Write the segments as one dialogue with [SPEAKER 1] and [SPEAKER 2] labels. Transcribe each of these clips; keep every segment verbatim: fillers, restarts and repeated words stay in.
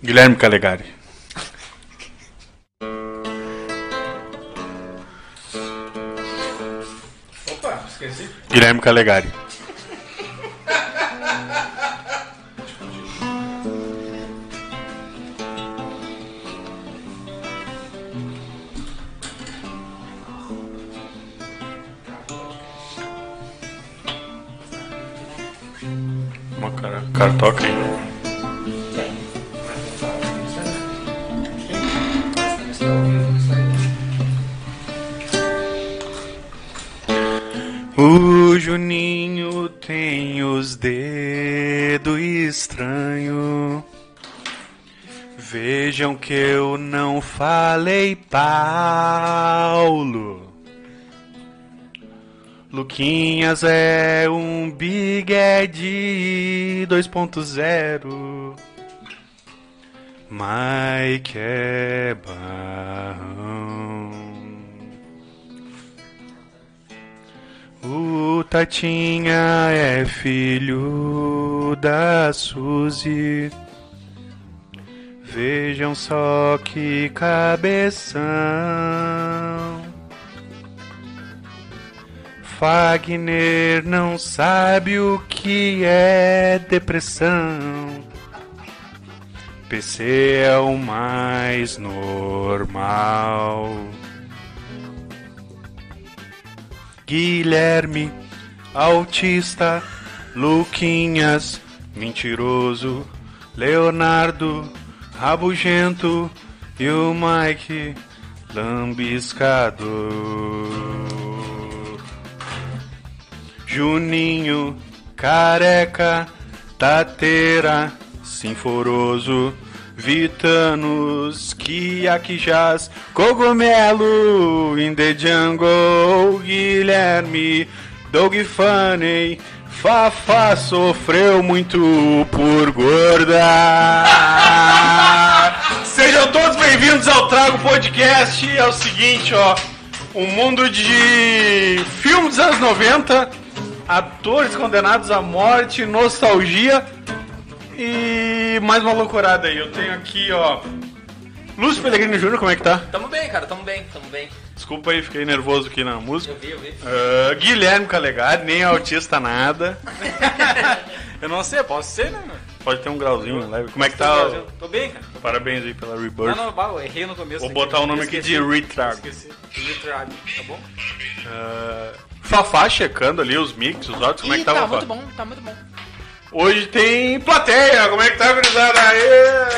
[SPEAKER 1] Guilherme Calegari.
[SPEAKER 2] Opa, esqueci.
[SPEAKER 1] Guilherme Calegari. Uma cara, cartoca aí. O Juninho tem os dedos estranhos. Vejam que eu não falei Paulo. Luquinhas é um Big Ed dois ponto zero. Mike é barrão. O Tatinha é filho da Suzy. Vejam só que cabeção. Fagner não sabe o que é depressão. P C é o mais normal. Guilherme, autista. Luquinhas, mentiroso. Leonardo, rabugento. E o Mike, lambiscador. Juninho, careca, tateira, sinforoso, Vitanos, Kiakijás, cogumelo, in the jungle, Guilherme, Doug Funny, Fafá sofreu muito por gorda. Sejam todos bem-vindos ao Trago Podcast. É o seguinte, ó, um mundo de filmes dos anos noventa. Atores condenados à morte, nostalgia e mais uma loucurada aí. Eu tenho aqui, ó, Lúcio Pellegrini Júnior, como é que tá?
[SPEAKER 3] Tamo bem, cara, tamo bem, tamo bem.
[SPEAKER 1] Desculpa aí, fiquei nervoso aqui na música.
[SPEAKER 3] Eu vi, eu vi.
[SPEAKER 1] Uh, Guilherme Calegari, nem autista nada.
[SPEAKER 2] Eu não sei, posso ser, né?
[SPEAKER 1] Pode ter um grauzinho leve. Como é que tá?
[SPEAKER 2] Tô bem, cara.
[SPEAKER 1] Parabéns aí pela Rebirth.
[SPEAKER 2] Não, não, eu errei no começo.
[SPEAKER 1] Vou
[SPEAKER 2] aqui.
[SPEAKER 1] botar o nome aqui de Retrag.
[SPEAKER 2] Esqueci. Retrag, tá bom?
[SPEAKER 1] Uh, Fafá checando ali os mix, os áudios, como é que tá,
[SPEAKER 3] tá
[SPEAKER 1] Fafá?
[SPEAKER 3] muito bom, tá muito bom.
[SPEAKER 1] Hoje tem plateia, como é que tá, gurizada? Aê!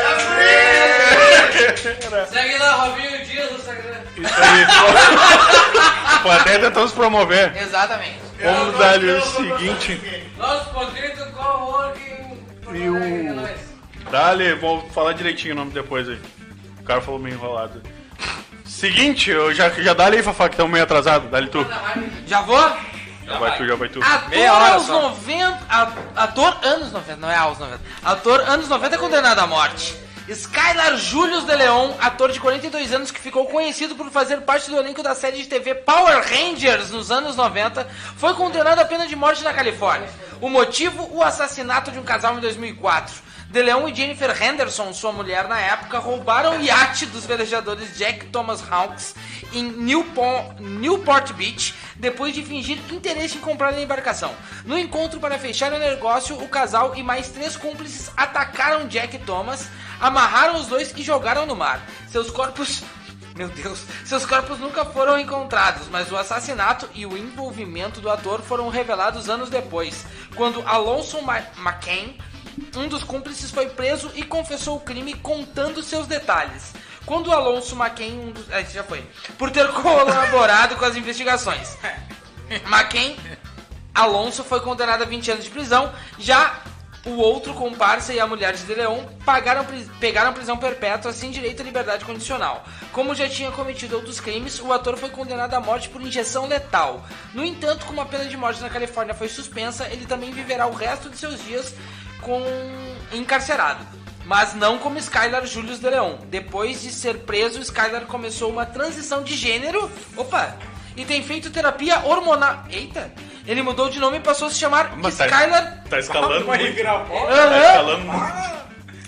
[SPEAKER 3] Segue lá, Robinho Dias no Instagram.
[SPEAKER 1] Isso aí, plateia tentamos promover.
[SPEAKER 3] Exatamente.
[SPEAKER 1] Vamos dar-lhe o seguinte.
[SPEAKER 3] Nosso poquito coworking.
[SPEAKER 1] E o... Dale, vou falar direitinho o nome depois aí. O cara falou meio enrolado. Seguinte, eu já, já dá aí, Fafá, que estamos meio atrasado. Dá-lhe tu.
[SPEAKER 3] Já vou?
[SPEAKER 1] Já vai tu, já vai tu.
[SPEAKER 3] Ator
[SPEAKER 2] Meia hora
[SPEAKER 3] anos
[SPEAKER 2] só.
[SPEAKER 3] noventa. a- Ator anos noventa, não é aos noventa. Ator anos noventa é condenado à morte. Skylar Julius de Leon, ator de quarenta e dois anos que ficou conhecido por fazer parte do elenco da série de T V Power Rangers nos anos noventa, foi condenado à pena de morte na Califórnia. O motivo? O assassinato de um casal em dois mil e quatro. De Leon e Jennifer Henderson, sua mulher na época, roubaram o iate dos velejadores Jack Thomas Hawks em Newport, Newport Beach, depois de fingir interesse em comprar a embarcação. No encontro para fechar o negócio, o casal e mais três cúmplices atacaram Jack Thomas, amarraram os dois e jogaram no mar. Seus corpos... Meu Deus, seus corpos nunca foram encontrados, mas o assassinato e o envolvimento do ator foram revelados anos depois, quando Alonso Ma- McCain, um dos cúmplices, foi preso e confessou o crime contando seus detalhes. Quando Alonso McCain, um dos... Ah, esse já foi. Por ter colaborado com as investigações. McCain, Alonso foi condenado a vinte anos de prisão, já o outro comparsa e a mulher de De Leon pagaram, pegaram prisão perpétua sem direito à liberdade condicional. Como já tinha cometido outros crimes, o ator foi condenado à morte por injeção letal. No entanto, como a pena de morte na Califórnia foi suspensa, ele também viverá o resto de seus dias com... encarcerado. Mas não como Skylar Julius de Leon. Depois de ser preso, Skylar começou uma transição de gênero. Opa! E tem feito terapia hormonal. Eita! Ele mudou de nome e passou a se chamar
[SPEAKER 1] Mas tá-
[SPEAKER 3] Skylar.
[SPEAKER 1] Tá escalando
[SPEAKER 2] Uma
[SPEAKER 1] muito.
[SPEAKER 2] reviravolta.
[SPEAKER 1] Tá escalando muito.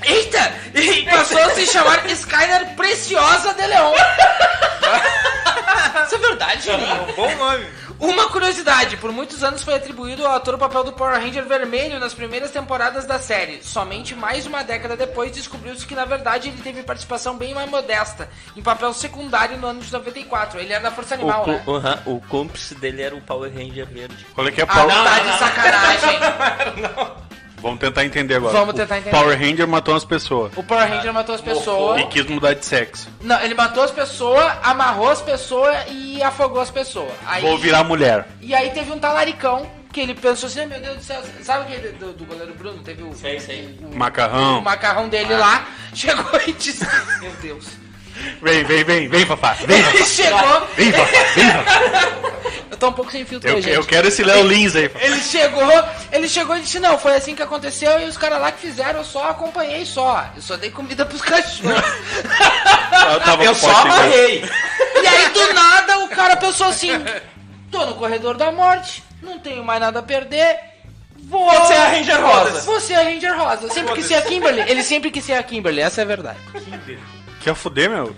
[SPEAKER 3] Eita! E passou a se chamar Skyler Preciosa de Leon. Isso é verdade,
[SPEAKER 2] É
[SPEAKER 3] Juninho?
[SPEAKER 2] um bom nome.
[SPEAKER 3] Uma curiosidade, por muitos anos foi atribuído ao ator o papel do Power Ranger vermelho nas primeiras temporadas da série. Somente mais uma década depois descobriu-se que na verdade ele teve participação bem mais modesta, em papel secundário no ano de noventa e quatro. Ele era da Força
[SPEAKER 4] O,
[SPEAKER 3] Animal, né?
[SPEAKER 4] cu- uhum, o cúmplice dele era o Power Ranger verde.
[SPEAKER 1] Qual é que é
[SPEAKER 3] Ah,
[SPEAKER 1] Power...
[SPEAKER 3] não, tá de sacanagem.
[SPEAKER 1] Vamos tentar entender agora.
[SPEAKER 3] Vamos
[SPEAKER 1] O
[SPEAKER 3] tentar entender.
[SPEAKER 1] Power Ranger matou as pessoas.
[SPEAKER 3] O Power Ranger matou as pessoas.
[SPEAKER 1] E quis mudar de sexo.
[SPEAKER 3] Não, ele matou as pessoas, amarrou as pessoas e afogou as pessoas. Aí,
[SPEAKER 1] Vou virar mulher.
[SPEAKER 3] E aí teve um talaricão que ele pensou assim, meu Deus do céu, sabe aquele do, do goleiro Bruno? Teve o,
[SPEAKER 4] Sei, sei.
[SPEAKER 3] o,
[SPEAKER 1] Macarrão.
[SPEAKER 3] o macarrão dele lá, chegou e disse, meu Deus.
[SPEAKER 1] Vem, vem, vem, vem, Fafá. Vem,
[SPEAKER 3] Ele
[SPEAKER 1] Fafá.
[SPEAKER 3] chegou,
[SPEAKER 1] Vem, Fafá. Vem, Fafá.
[SPEAKER 3] eu tô um pouco sem filtro
[SPEAKER 1] Eu,
[SPEAKER 3] hoje, gente.
[SPEAKER 1] eu quero esse Léo Lins aí, Fafá.
[SPEAKER 3] Ele chegou, ele chegou e disse, não, foi assim que aconteceu e os caras lá que fizeram, eu só acompanhei só. Eu só dei comida pros cachorros.
[SPEAKER 1] Eu, tava
[SPEAKER 4] Eu
[SPEAKER 1] com
[SPEAKER 4] só
[SPEAKER 1] pote, então.
[SPEAKER 4] amarrei.
[SPEAKER 3] E aí, do nada, o cara pensou assim, tô no corredor da morte, não tenho mais nada a perder, vou...
[SPEAKER 4] Você é a Ranger Rosa.
[SPEAKER 3] Você é a Ranger Rosa. Sempre quis ser a Kimberly. Ele sempre quis ser a Kimberly, essa é a verdade.
[SPEAKER 1] Quer fuder, meu?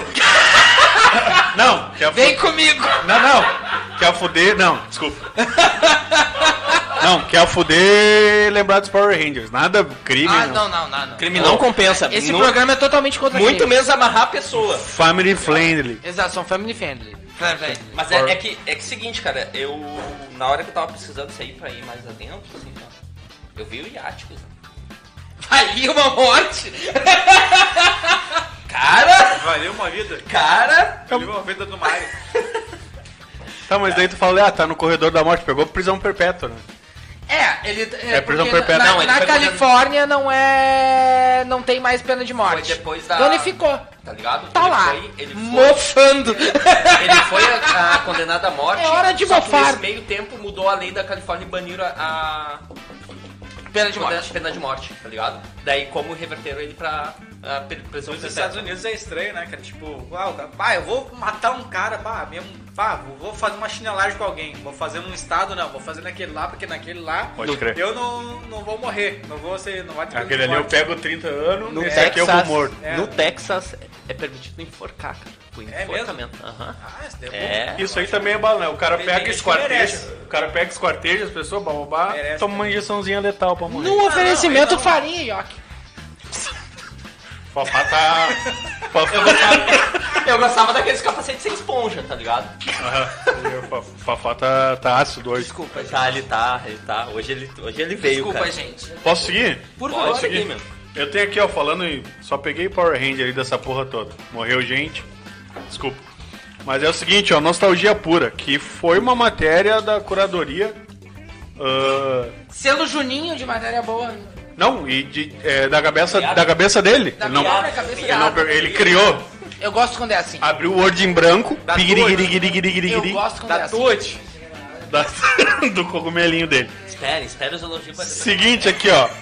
[SPEAKER 1] Não, quer
[SPEAKER 3] Vem
[SPEAKER 1] fuder.
[SPEAKER 3] comigo.
[SPEAKER 1] Não, não. Quer fuder. Não, desculpa. Não, quer fuder lembrar dos Power Rangers. Nada crime.
[SPEAKER 3] Ah,
[SPEAKER 1] não.
[SPEAKER 3] não, não, não. não.
[SPEAKER 4] Crime não compensa.
[SPEAKER 3] Esse
[SPEAKER 4] Não-
[SPEAKER 3] programa é totalmente contra
[SPEAKER 4] Muito
[SPEAKER 3] crime.
[SPEAKER 4] menos amarrar a pessoa.
[SPEAKER 1] Family friendly.
[SPEAKER 3] Exato, são family friendly. Friendly.
[SPEAKER 4] Mas é, é que é que é o seguinte, cara, eu na hora que eu tava pesquisando isso aí pra ir mais adentro, assim, ó, eu vi o Iáticos.
[SPEAKER 3] Ali uma morte.
[SPEAKER 4] Cara,
[SPEAKER 2] Valeu uma vida.
[SPEAKER 4] cara,
[SPEAKER 2] Valeu uma vida do Mario.
[SPEAKER 1] Tá, mas daí tu fala, ah, tá no corredor da morte. Pegou prisão perpétua, né?
[SPEAKER 3] É, ele
[SPEAKER 1] É prisão
[SPEAKER 3] porque
[SPEAKER 1] perpétua.
[SPEAKER 3] Na,
[SPEAKER 4] Não, ele
[SPEAKER 3] na
[SPEAKER 4] foi
[SPEAKER 3] Califórnia não é, não tem mais pena de morte.
[SPEAKER 4] Foi depois da-
[SPEAKER 3] Então ele ficou.
[SPEAKER 4] tá ligado?
[SPEAKER 3] Tá
[SPEAKER 4] ele
[SPEAKER 3] lá,
[SPEAKER 4] Foi, ele foi,
[SPEAKER 3] mofando.
[SPEAKER 4] ele foi a, a condenado à morte.
[SPEAKER 3] É hora de
[SPEAKER 4] só que
[SPEAKER 3] mofar.
[SPEAKER 4] nesse meio tempo mudou a lei da Califórnia e baniram a, a
[SPEAKER 3] Pena de
[SPEAKER 4] condena-
[SPEAKER 3] morte.
[SPEAKER 4] pena de morte, tá ligado? Daí como reverteram ele pra a pre- prisão
[SPEAKER 2] Nos
[SPEAKER 4] perpétua.
[SPEAKER 2] Estados Unidos é estranho, né, cara? Tipo, uau, cara, pá, eu vou matar um cara, pá, mesmo, pá, vou- vou fazer uma chinelagem com alguém. Vou fazer num estado, não, vou fazer naquele lá, porque naquele lá
[SPEAKER 1] Pode crer.
[SPEAKER 2] eu não, não vou morrer, não vou ser, não vai ter
[SPEAKER 1] Aquele ali eu
[SPEAKER 2] morte.
[SPEAKER 1] pego trinta anos,
[SPEAKER 4] No
[SPEAKER 1] esse
[SPEAKER 4] Texas,
[SPEAKER 1] aqui eu vou morto.
[SPEAKER 2] É.
[SPEAKER 4] no Texas é permitido enforcar, cara. O
[SPEAKER 2] É
[SPEAKER 4] enforcamento. Aham.
[SPEAKER 2] Ah, isso daí é bom.
[SPEAKER 4] É.
[SPEAKER 1] Isso aí também é bala, né? O cara
[SPEAKER 2] Tem
[SPEAKER 1] pega,
[SPEAKER 2] gente que
[SPEAKER 1] esquarteja,
[SPEAKER 2] merece.
[SPEAKER 1] o cara pega, esquarteja as pessoas, bababá,
[SPEAKER 2] Merece
[SPEAKER 1] toma uma injeçãozinha letal pra morrer.
[SPEAKER 3] No oferecimento
[SPEAKER 2] não, não.
[SPEAKER 3] farinha, Yoki.
[SPEAKER 1] Fafá tá... Fafá...
[SPEAKER 4] Eu gostava daqueles capacetes sem esponja, tá ligado?
[SPEAKER 1] Aham. Fa- Fafá tá, tá ácido hoje.
[SPEAKER 3] Desculpa, gente.
[SPEAKER 4] Tá, ele tá, ele tá. Hoje ele, hoje ele veio,
[SPEAKER 3] Desculpa,
[SPEAKER 4] cara.
[SPEAKER 3] gente.
[SPEAKER 1] Posso seguir?
[SPEAKER 3] Por
[SPEAKER 4] Pode
[SPEAKER 3] favor.
[SPEAKER 4] seguir, meu.
[SPEAKER 1] Eu tenho aqui, ó, falando em... Só peguei Power Ranger aí dessa porra toda. Morreu gente. Desculpa. Mas é o seguinte, ó, Nostalgia Pura, que foi uma matéria da curadoria... ah,
[SPEAKER 3] Selo Juninho de matéria boa.
[SPEAKER 1] não, e de, é, da, cabeça, da cabeça dele.
[SPEAKER 3] Da
[SPEAKER 1] Ele não,
[SPEAKER 3] própria cabeça
[SPEAKER 1] ele,
[SPEAKER 3] dele.
[SPEAKER 1] não pe- ele criou,
[SPEAKER 3] Eu gosto quando é assim.
[SPEAKER 1] abriu o Word em branco,
[SPEAKER 2] Da
[SPEAKER 3] Eu gosto quando é
[SPEAKER 2] Da
[SPEAKER 3] assim.
[SPEAKER 2] Tuti.
[SPEAKER 1] da- do cogumelinho dele.
[SPEAKER 4] Espera, espera os elogios pra
[SPEAKER 1] Seguinte aqui, ó.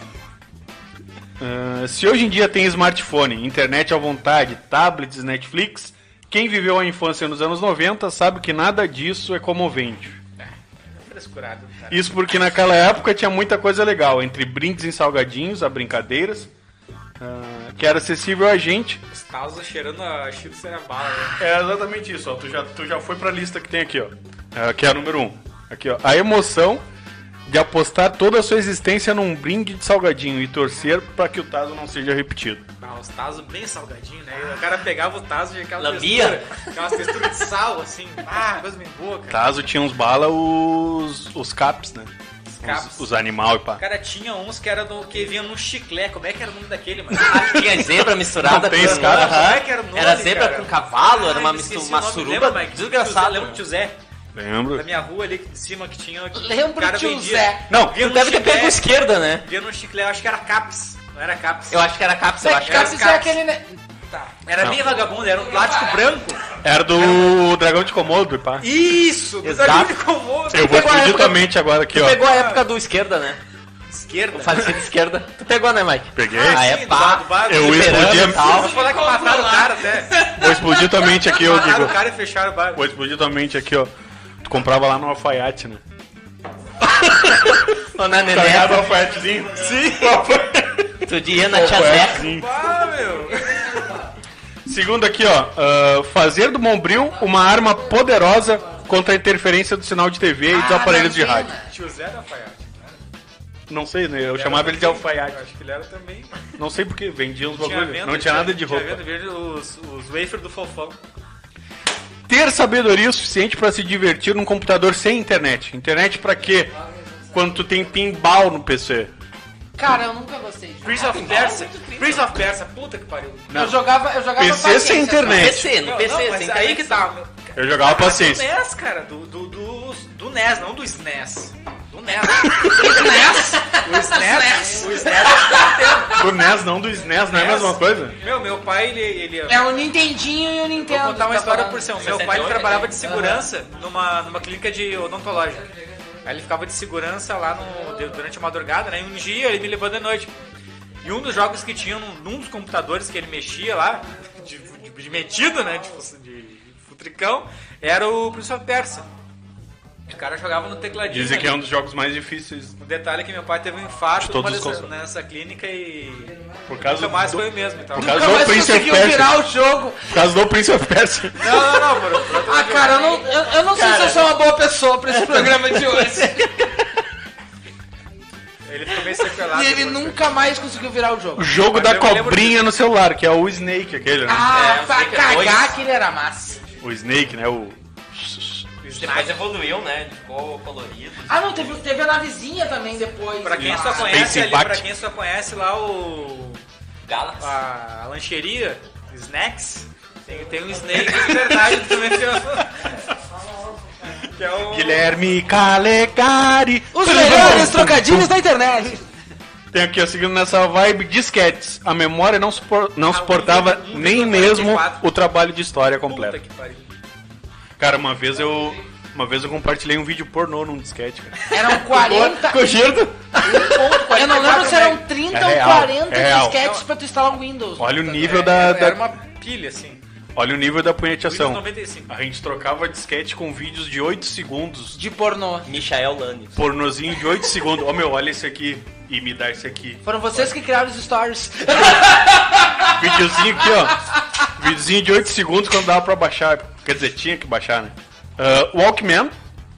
[SPEAKER 1] Ah, se hoje em dia tem smartphone, internet à vontade, tablets, Netflix, quem viveu a infância nos anos noventa sabe que nada disso é comovente.
[SPEAKER 2] Frescurado, cara.
[SPEAKER 1] Isso porque naquela época tinha muita coisa legal, entre brindes em salgadinhos, a brincadeiras, ah, que era acessível a gente.
[SPEAKER 2] Os Tausa cheirando a Chico Cerebala, né?
[SPEAKER 1] É exatamente isso, ó. Tu já, tu já foi pra lista que tem aqui, ó. É, que é a número um. Aqui, ó. A emoção de apostar toda a sua existência num brinde de salgadinho e torcer pra que o Tazo não seja repetido.
[SPEAKER 2] Ah, os Tazos bem salgadinhos, né? O cara pegava o Tazo e aquela
[SPEAKER 4] Lambia?
[SPEAKER 2] textura, aquelas texturas de sal, assim. Ah, coisa bem boa, cara.
[SPEAKER 1] Tazo tinha uns bala, os, os caps, né? Os,
[SPEAKER 2] caps.
[SPEAKER 1] os animal e pá.
[SPEAKER 2] O cara tinha uns que era do que vinha num chiclete. Como é que era o nome daquele, mano?
[SPEAKER 4] Ah, tinha zebra misturada
[SPEAKER 1] Não tem
[SPEAKER 4] com...
[SPEAKER 1] esse cara?
[SPEAKER 4] Aham.
[SPEAKER 2] Como é que era o nome,
[SPEAKER 4] Era zebra
[SPEAKER 2] cara?
[SPEAKER 4] com cavalo, era uma,
[SPEAKER 2] Ah,
[SPEAKER 4] mistu...
[SPEAKER 2] esqueci
[SPEAKER 4] uma
[SPEAKER 2] o nome.
[SPEAKER 4] suruba
[SPEAKER 2] Lembra, Mike?
[SPEAKER 4] desgraçada.
[SPEAKER 2] Lembra do tio Zé?
[SPEAKER 1] Lembro.
[SPEAKER 2] Da minha rua ali de cima que tinha... Que
[SPEAKER 3] Lembro
[SPEAKER 2] o cara
[SPEAKER 3] o tio
[SPEAKER 2] vendia.
[SPEAKER 3] Zé.
[SPEAKER 1] Não,
[SPEAKER 2] Vinha
[SPEAKER 4] Tu
[SPEAKER 2] num
[SPEAKER 4] deve ter
[SPEAKER 2] chiclete,
[SPEAKER 4] pego esquerda, né?
[SPEAKER 2] Vinha num chiclete, eu acho que era Caps. Não era Caps.
[SPEAKER 4] Eu acho que era cápsula, eu
[SPEAKER 3] Mas
[SPEAKER 4] acho que era...
[SPEAKER 3] Caps é
[SPEAKER 2] Caps.
[SPEAKER 3] aquele... né? Tá.
[SPEAKER 2] Era
[SPEAKER 1] Não.
[SPEAKER 2] bem vagabundo, era um plástico branco.
[SPEAKER 1] era do Dragão de Komodo e pá.
[SPEAKER 2] Isso! Do
[SPEAKER 4] Exato.
[SPEAKER 2] Dragão de Komodo.
[SPEAKER 1] Eu vou
[SPEAKER 4] pegou a
[SPEAKER 1] explodir
[SPEAKER 4] época-
[SPEAKER 1] tua mente agora aqui,
[SPEAKER 4] Tu
[SPEAKER 1] ó.
[SPEAKER 4] pegou a época do esquerda, né?
[SPEAKER 2] Esquerda.
[SPEAKER 4] O falecido esquerda. Tu pegou, né, Mike?
[SPEAKER 1] Peguei.
[SPEAKER 4] Ah, é
[SPEAKER 2] Sim, do
[SPEAKER 4] pá.
[SPEAKER 2] bar- do bar-
[SPEAKER 1] Eu
[SPEAKER 2] do
[SPEAKER 1] ia
[SPEAKER 2] Liberando
[SPEAKER 1] explodir
[SPEAKER 2] e
[SPEAKER 1] a-
[SPEAKER 2] tal. Vou falar que mataram o cara até.
[SPEAKER 1] Vou explodir tua mente aqui, ô
[SPEAKER 2] Mataram
[SPEAKER 1] Guigo.
[SPEAKER 2] o cara e fecharam o bar.
[SPEAKER 1] Vou explodir tua mente aqui, ó. Tu comprava lá no alfaiate, né?
[SPEAKER 4] Ou na
[SPEAKER 1] Tá ligado o
[SPEAKER 4] Nenê.
[SPEAKER 1] alfaiatezinho? Sim.
[SPEAKER 4] Tu ia na Tia Zeca.
[SPEAKER 1] Vizinho.
[SPEAKER 2] Ah, meu.
[SPEAKER 1] Segundo aqui, ó. Uh, fazer do Bombril uma arma poderosa contra a interferência do sinal de T V e dos
[SPEAKER 3] Ah,
[SPEAKER 1] aparelhos de
[SPEAKER 3] não,
[SPEAKER 1] rádio.
[SPEAKER 2] Tio Zé era alfaiate.
[SPEAKER 1] Não sei, né? Eu
[SPEAKER 2] Ele
[SPEAKER 1] chamava
[SPEAKER 2] era
[SPEAKER 1] ele de
[SPEAKER 2] também.
[SPEAKER 1] alfaiate.
[SPEAKER 2] Eu acho que ele era também.
[SPEAKER 1] Não sei porque vendia uns
[SPEAKER 2] Tinha
[SPEAKER 1] bagulho.
[SPEAKER 2] venda,
[SPEAKER 1] Não tinha nada de roupa.
[SPEAKER 2] Tinha venda verde, os, os wafer do fofão.
[SPEAKER 1] Ter sabedoria o suficiente pra se divertir num computador sem internet. Internet pra quê? Quando tu tem pinball no P C.
[SPEAKER 3] Cara, eu nunca gostei disso.
[SPEAKER 2] Prince of Persia. Prince of Persia, puta que pariu.
[SPEAKER 1] Não.
[SPEAKER 3] Eu jogava, eu jogava
[SPEAKER 1] P C
[SPEAKER 3] paciência,
[SPEAKER 1] sem internet.
[SPEAKER 4] P C, no
[SPEAKER 2] Não,
[SPEAKER 4] P C,
[SPEAKER 2] não, mas
[SPEAKER 4] sem
[SPEAKER 2] aí
[SPEAKER 4] aí
[SPEAKER 2] que
[SPEAKER 4] que
[SPEAKER 2] tá.
[SPEAKER 1] Eu jogava
[SPEAKER 2] Do
[SPEAKER 1] paciência.
[SPEAKER 2] N E S, cara. Do, do, do, do N E S, não do S N E S. Do N E S. O S N E S. O S N E S.
[SPEAKER 1] Do N E S, não do S N E S, não é a mesma coisa?
[SPEAKER 2] Meu, meu pai, ele... ele
[SPEAKER 3] É o Nintendinho e o Nintendo.
[SPEAKER 2] Vou contar uma
[SPEAKER 3] tá
[SPEAKER 2] história
[SPEAKER 3] falando.
[SPEAKER 2] por cima. Meu
[SPEAKER 4] sessenta e
[SPEAKER 2] pai ele
[SPEAKER 4] oito,
[SPEAKER 2] trabalhava
[SPEAKER 4] né?
[SPEAKER 2] de segurança numa, numa clínica de odontológica. Aí ele ficava de segurança lá no, de- durante a madrugada, né? E um dia ele me levou de noite. E um dos jogos que tinha num, num dos computadores que ele mexia lá, de, de, de metido, né? De, fu- de, de futricão, era o Prince of Persia. O cara jogava no tecladinho.
[SPEAKER 1] Dizem que é
[SPEAKER 2] ali.
[SPEAKER 1] um dos jogos mais difíceis
[SPEAKER 2] O detalhe é que meu pai teve um infarto
[SPEAKER 1] De todos
[SPEAKER 2] numa
[SPEAKER 1] os
[SPEAKER 2] dessa,
[SPEAKER 1] consoles.
[SPEAKER 2] nessa clínica e
[SPEAKER 1] por causa
[SPEAKER 2] nunca mais
[SPEAKER 1] do,
[SPEAKER 2] foi o mesmo. Então.
[SPEAKER 1] por causa
[SPEAKER 3] Nunca
[SPEAKER 1] do
[SPEAKER 3] mais
[SPEAKER 1] Prince of
[SPEAKER 3] conseguiu
[SPEAKER 1] Persia.
[SPEAKER 3] virar o jogo.
[SPEAKER 1] Por causa do Prince of Persia.
[SPEAKER 2] Não, não, não, por, por outro
[SPEAKER 3] Ah,
[SPEAKER 2] motivo.
[SPEAKER 3] cara, eu não, eu, eu não sei se eu sou uma boa pessoa pra esse programa de hoje.
[SPEAKER 2] Ele ficou meio sequelado.
[SPEAKER 3] E ele
[SPEAKER 2] depois.
[SPEAKER 3] nunca mais conseguiu virar o jogo.
[SPEAKER 1] O jogo
[SPEAKER 2] Mas
[SPEAKER 1] da
[SPEAKER 2] eu me lembro
[SPEAKER 1] cobrinha no celular, que é o Snake, aquele, né?
[SPEAKER 3] Ah,
[SPEAKER 4] É,
[SPEAKER 3] pra
[SPEAKER 4] Snake
[SPEAKER 3] cagar
[SPEAKER 4] dois.
[SPEAKER 3] que ele era massa.
[SPEAKER 1] O Snake, né? O...
[SPEAKER 4] Depois evoluiu, né? Ficou colorido.
[SPEAKER 3] Ah, não, teve, teve a navezinha também depois.
[SPEAKER 2] Pra quem
[SPEAKER 3] Ah,
[SPEAKER 2] só conhece
[SPEAKER 1] Space
[SPEAKER 2] ali,
[SPEAKER 1] Impact.
[SPEAKER 2] pra quem só conhece lá o.
[SPEAKER 4] Galaxy.
[SPEAKER 2] a, a lancheria, Snacks, tem, tem um Snake de verdade também que é o. Que é o.
[SPEAKER 1] Guilherme Calegari.
[SPEAKER 3] Os melhores trocadilhos da internet.
[SPEAKER 1] Tem aqui, ó, seguindo nessa vibe, disquetes. A memória não, supor- não
[SPEAKER 2] Ah,
[SPEAKER 1] suportava
[SPEAKER 2] um, um,
[SPEAKER 1] nem
[SPEAKER 2] um,
[SPEAKER 1] mesmo
[SPEAKER 2] quarenta e quatro.
[SPEAKER 1] o trabalho de história
[SPEAKER 2] Puta
[SPEAKER 1] completo.
[SPEAKER 2] que pariu.
[SPEAKER 1] Cara, uma vez eu... Uma vez eu compartilhei um vídeo pornô num disquete, cara.
[SPEAKER 3] Eram quarenta.
[SPEAKER 1] Cogido.
[SPEAKER 3] Eu não lembro se eram trinta
[SPEAKER 1] É
[SPEAKER 3] ou
[SPEAKER 1] real,
[SPEAKER 3] quarenta
[SPEAKER 1] é real.
[SPEAKER 3] disquetes pra tu instalar o Windows.
[SPEAKER 1] Olha o
[SPEAKER 3] no
[SPEAKER 1] nível
[SPEAKER 2] É,
[SPEAKER 1] da...
[SPEAKER 2] era,
[SPEAKER 1] da-
[SPEAKER 2] era uma pilha assim.
[SPEAKER 1] Olha o nível da
[SPEAKER 2] Windows
[SPEAKER 1] punhetação.
[SPEAKER 2] noventa e cinco.
[SPEAKER 1] A gente trocava disquete com vídeos de oito segundos.
[SPEAKER 3] De pornô.
[SPEAKER 4] Michael Lanes.
[SPEAKER 1] Pornozinho de oito segundos. Ó, meu, olha esse aqui. E me dá esse aqui.
[SPEAKER 3] Foram vocês que criaram os stories.
[SPEAKER 1] Videozinho aqui, ó. Videozinho de oito segundos quando dava pra baixar. Quer dizer, tinha que baixar, né? Uh, Walkman.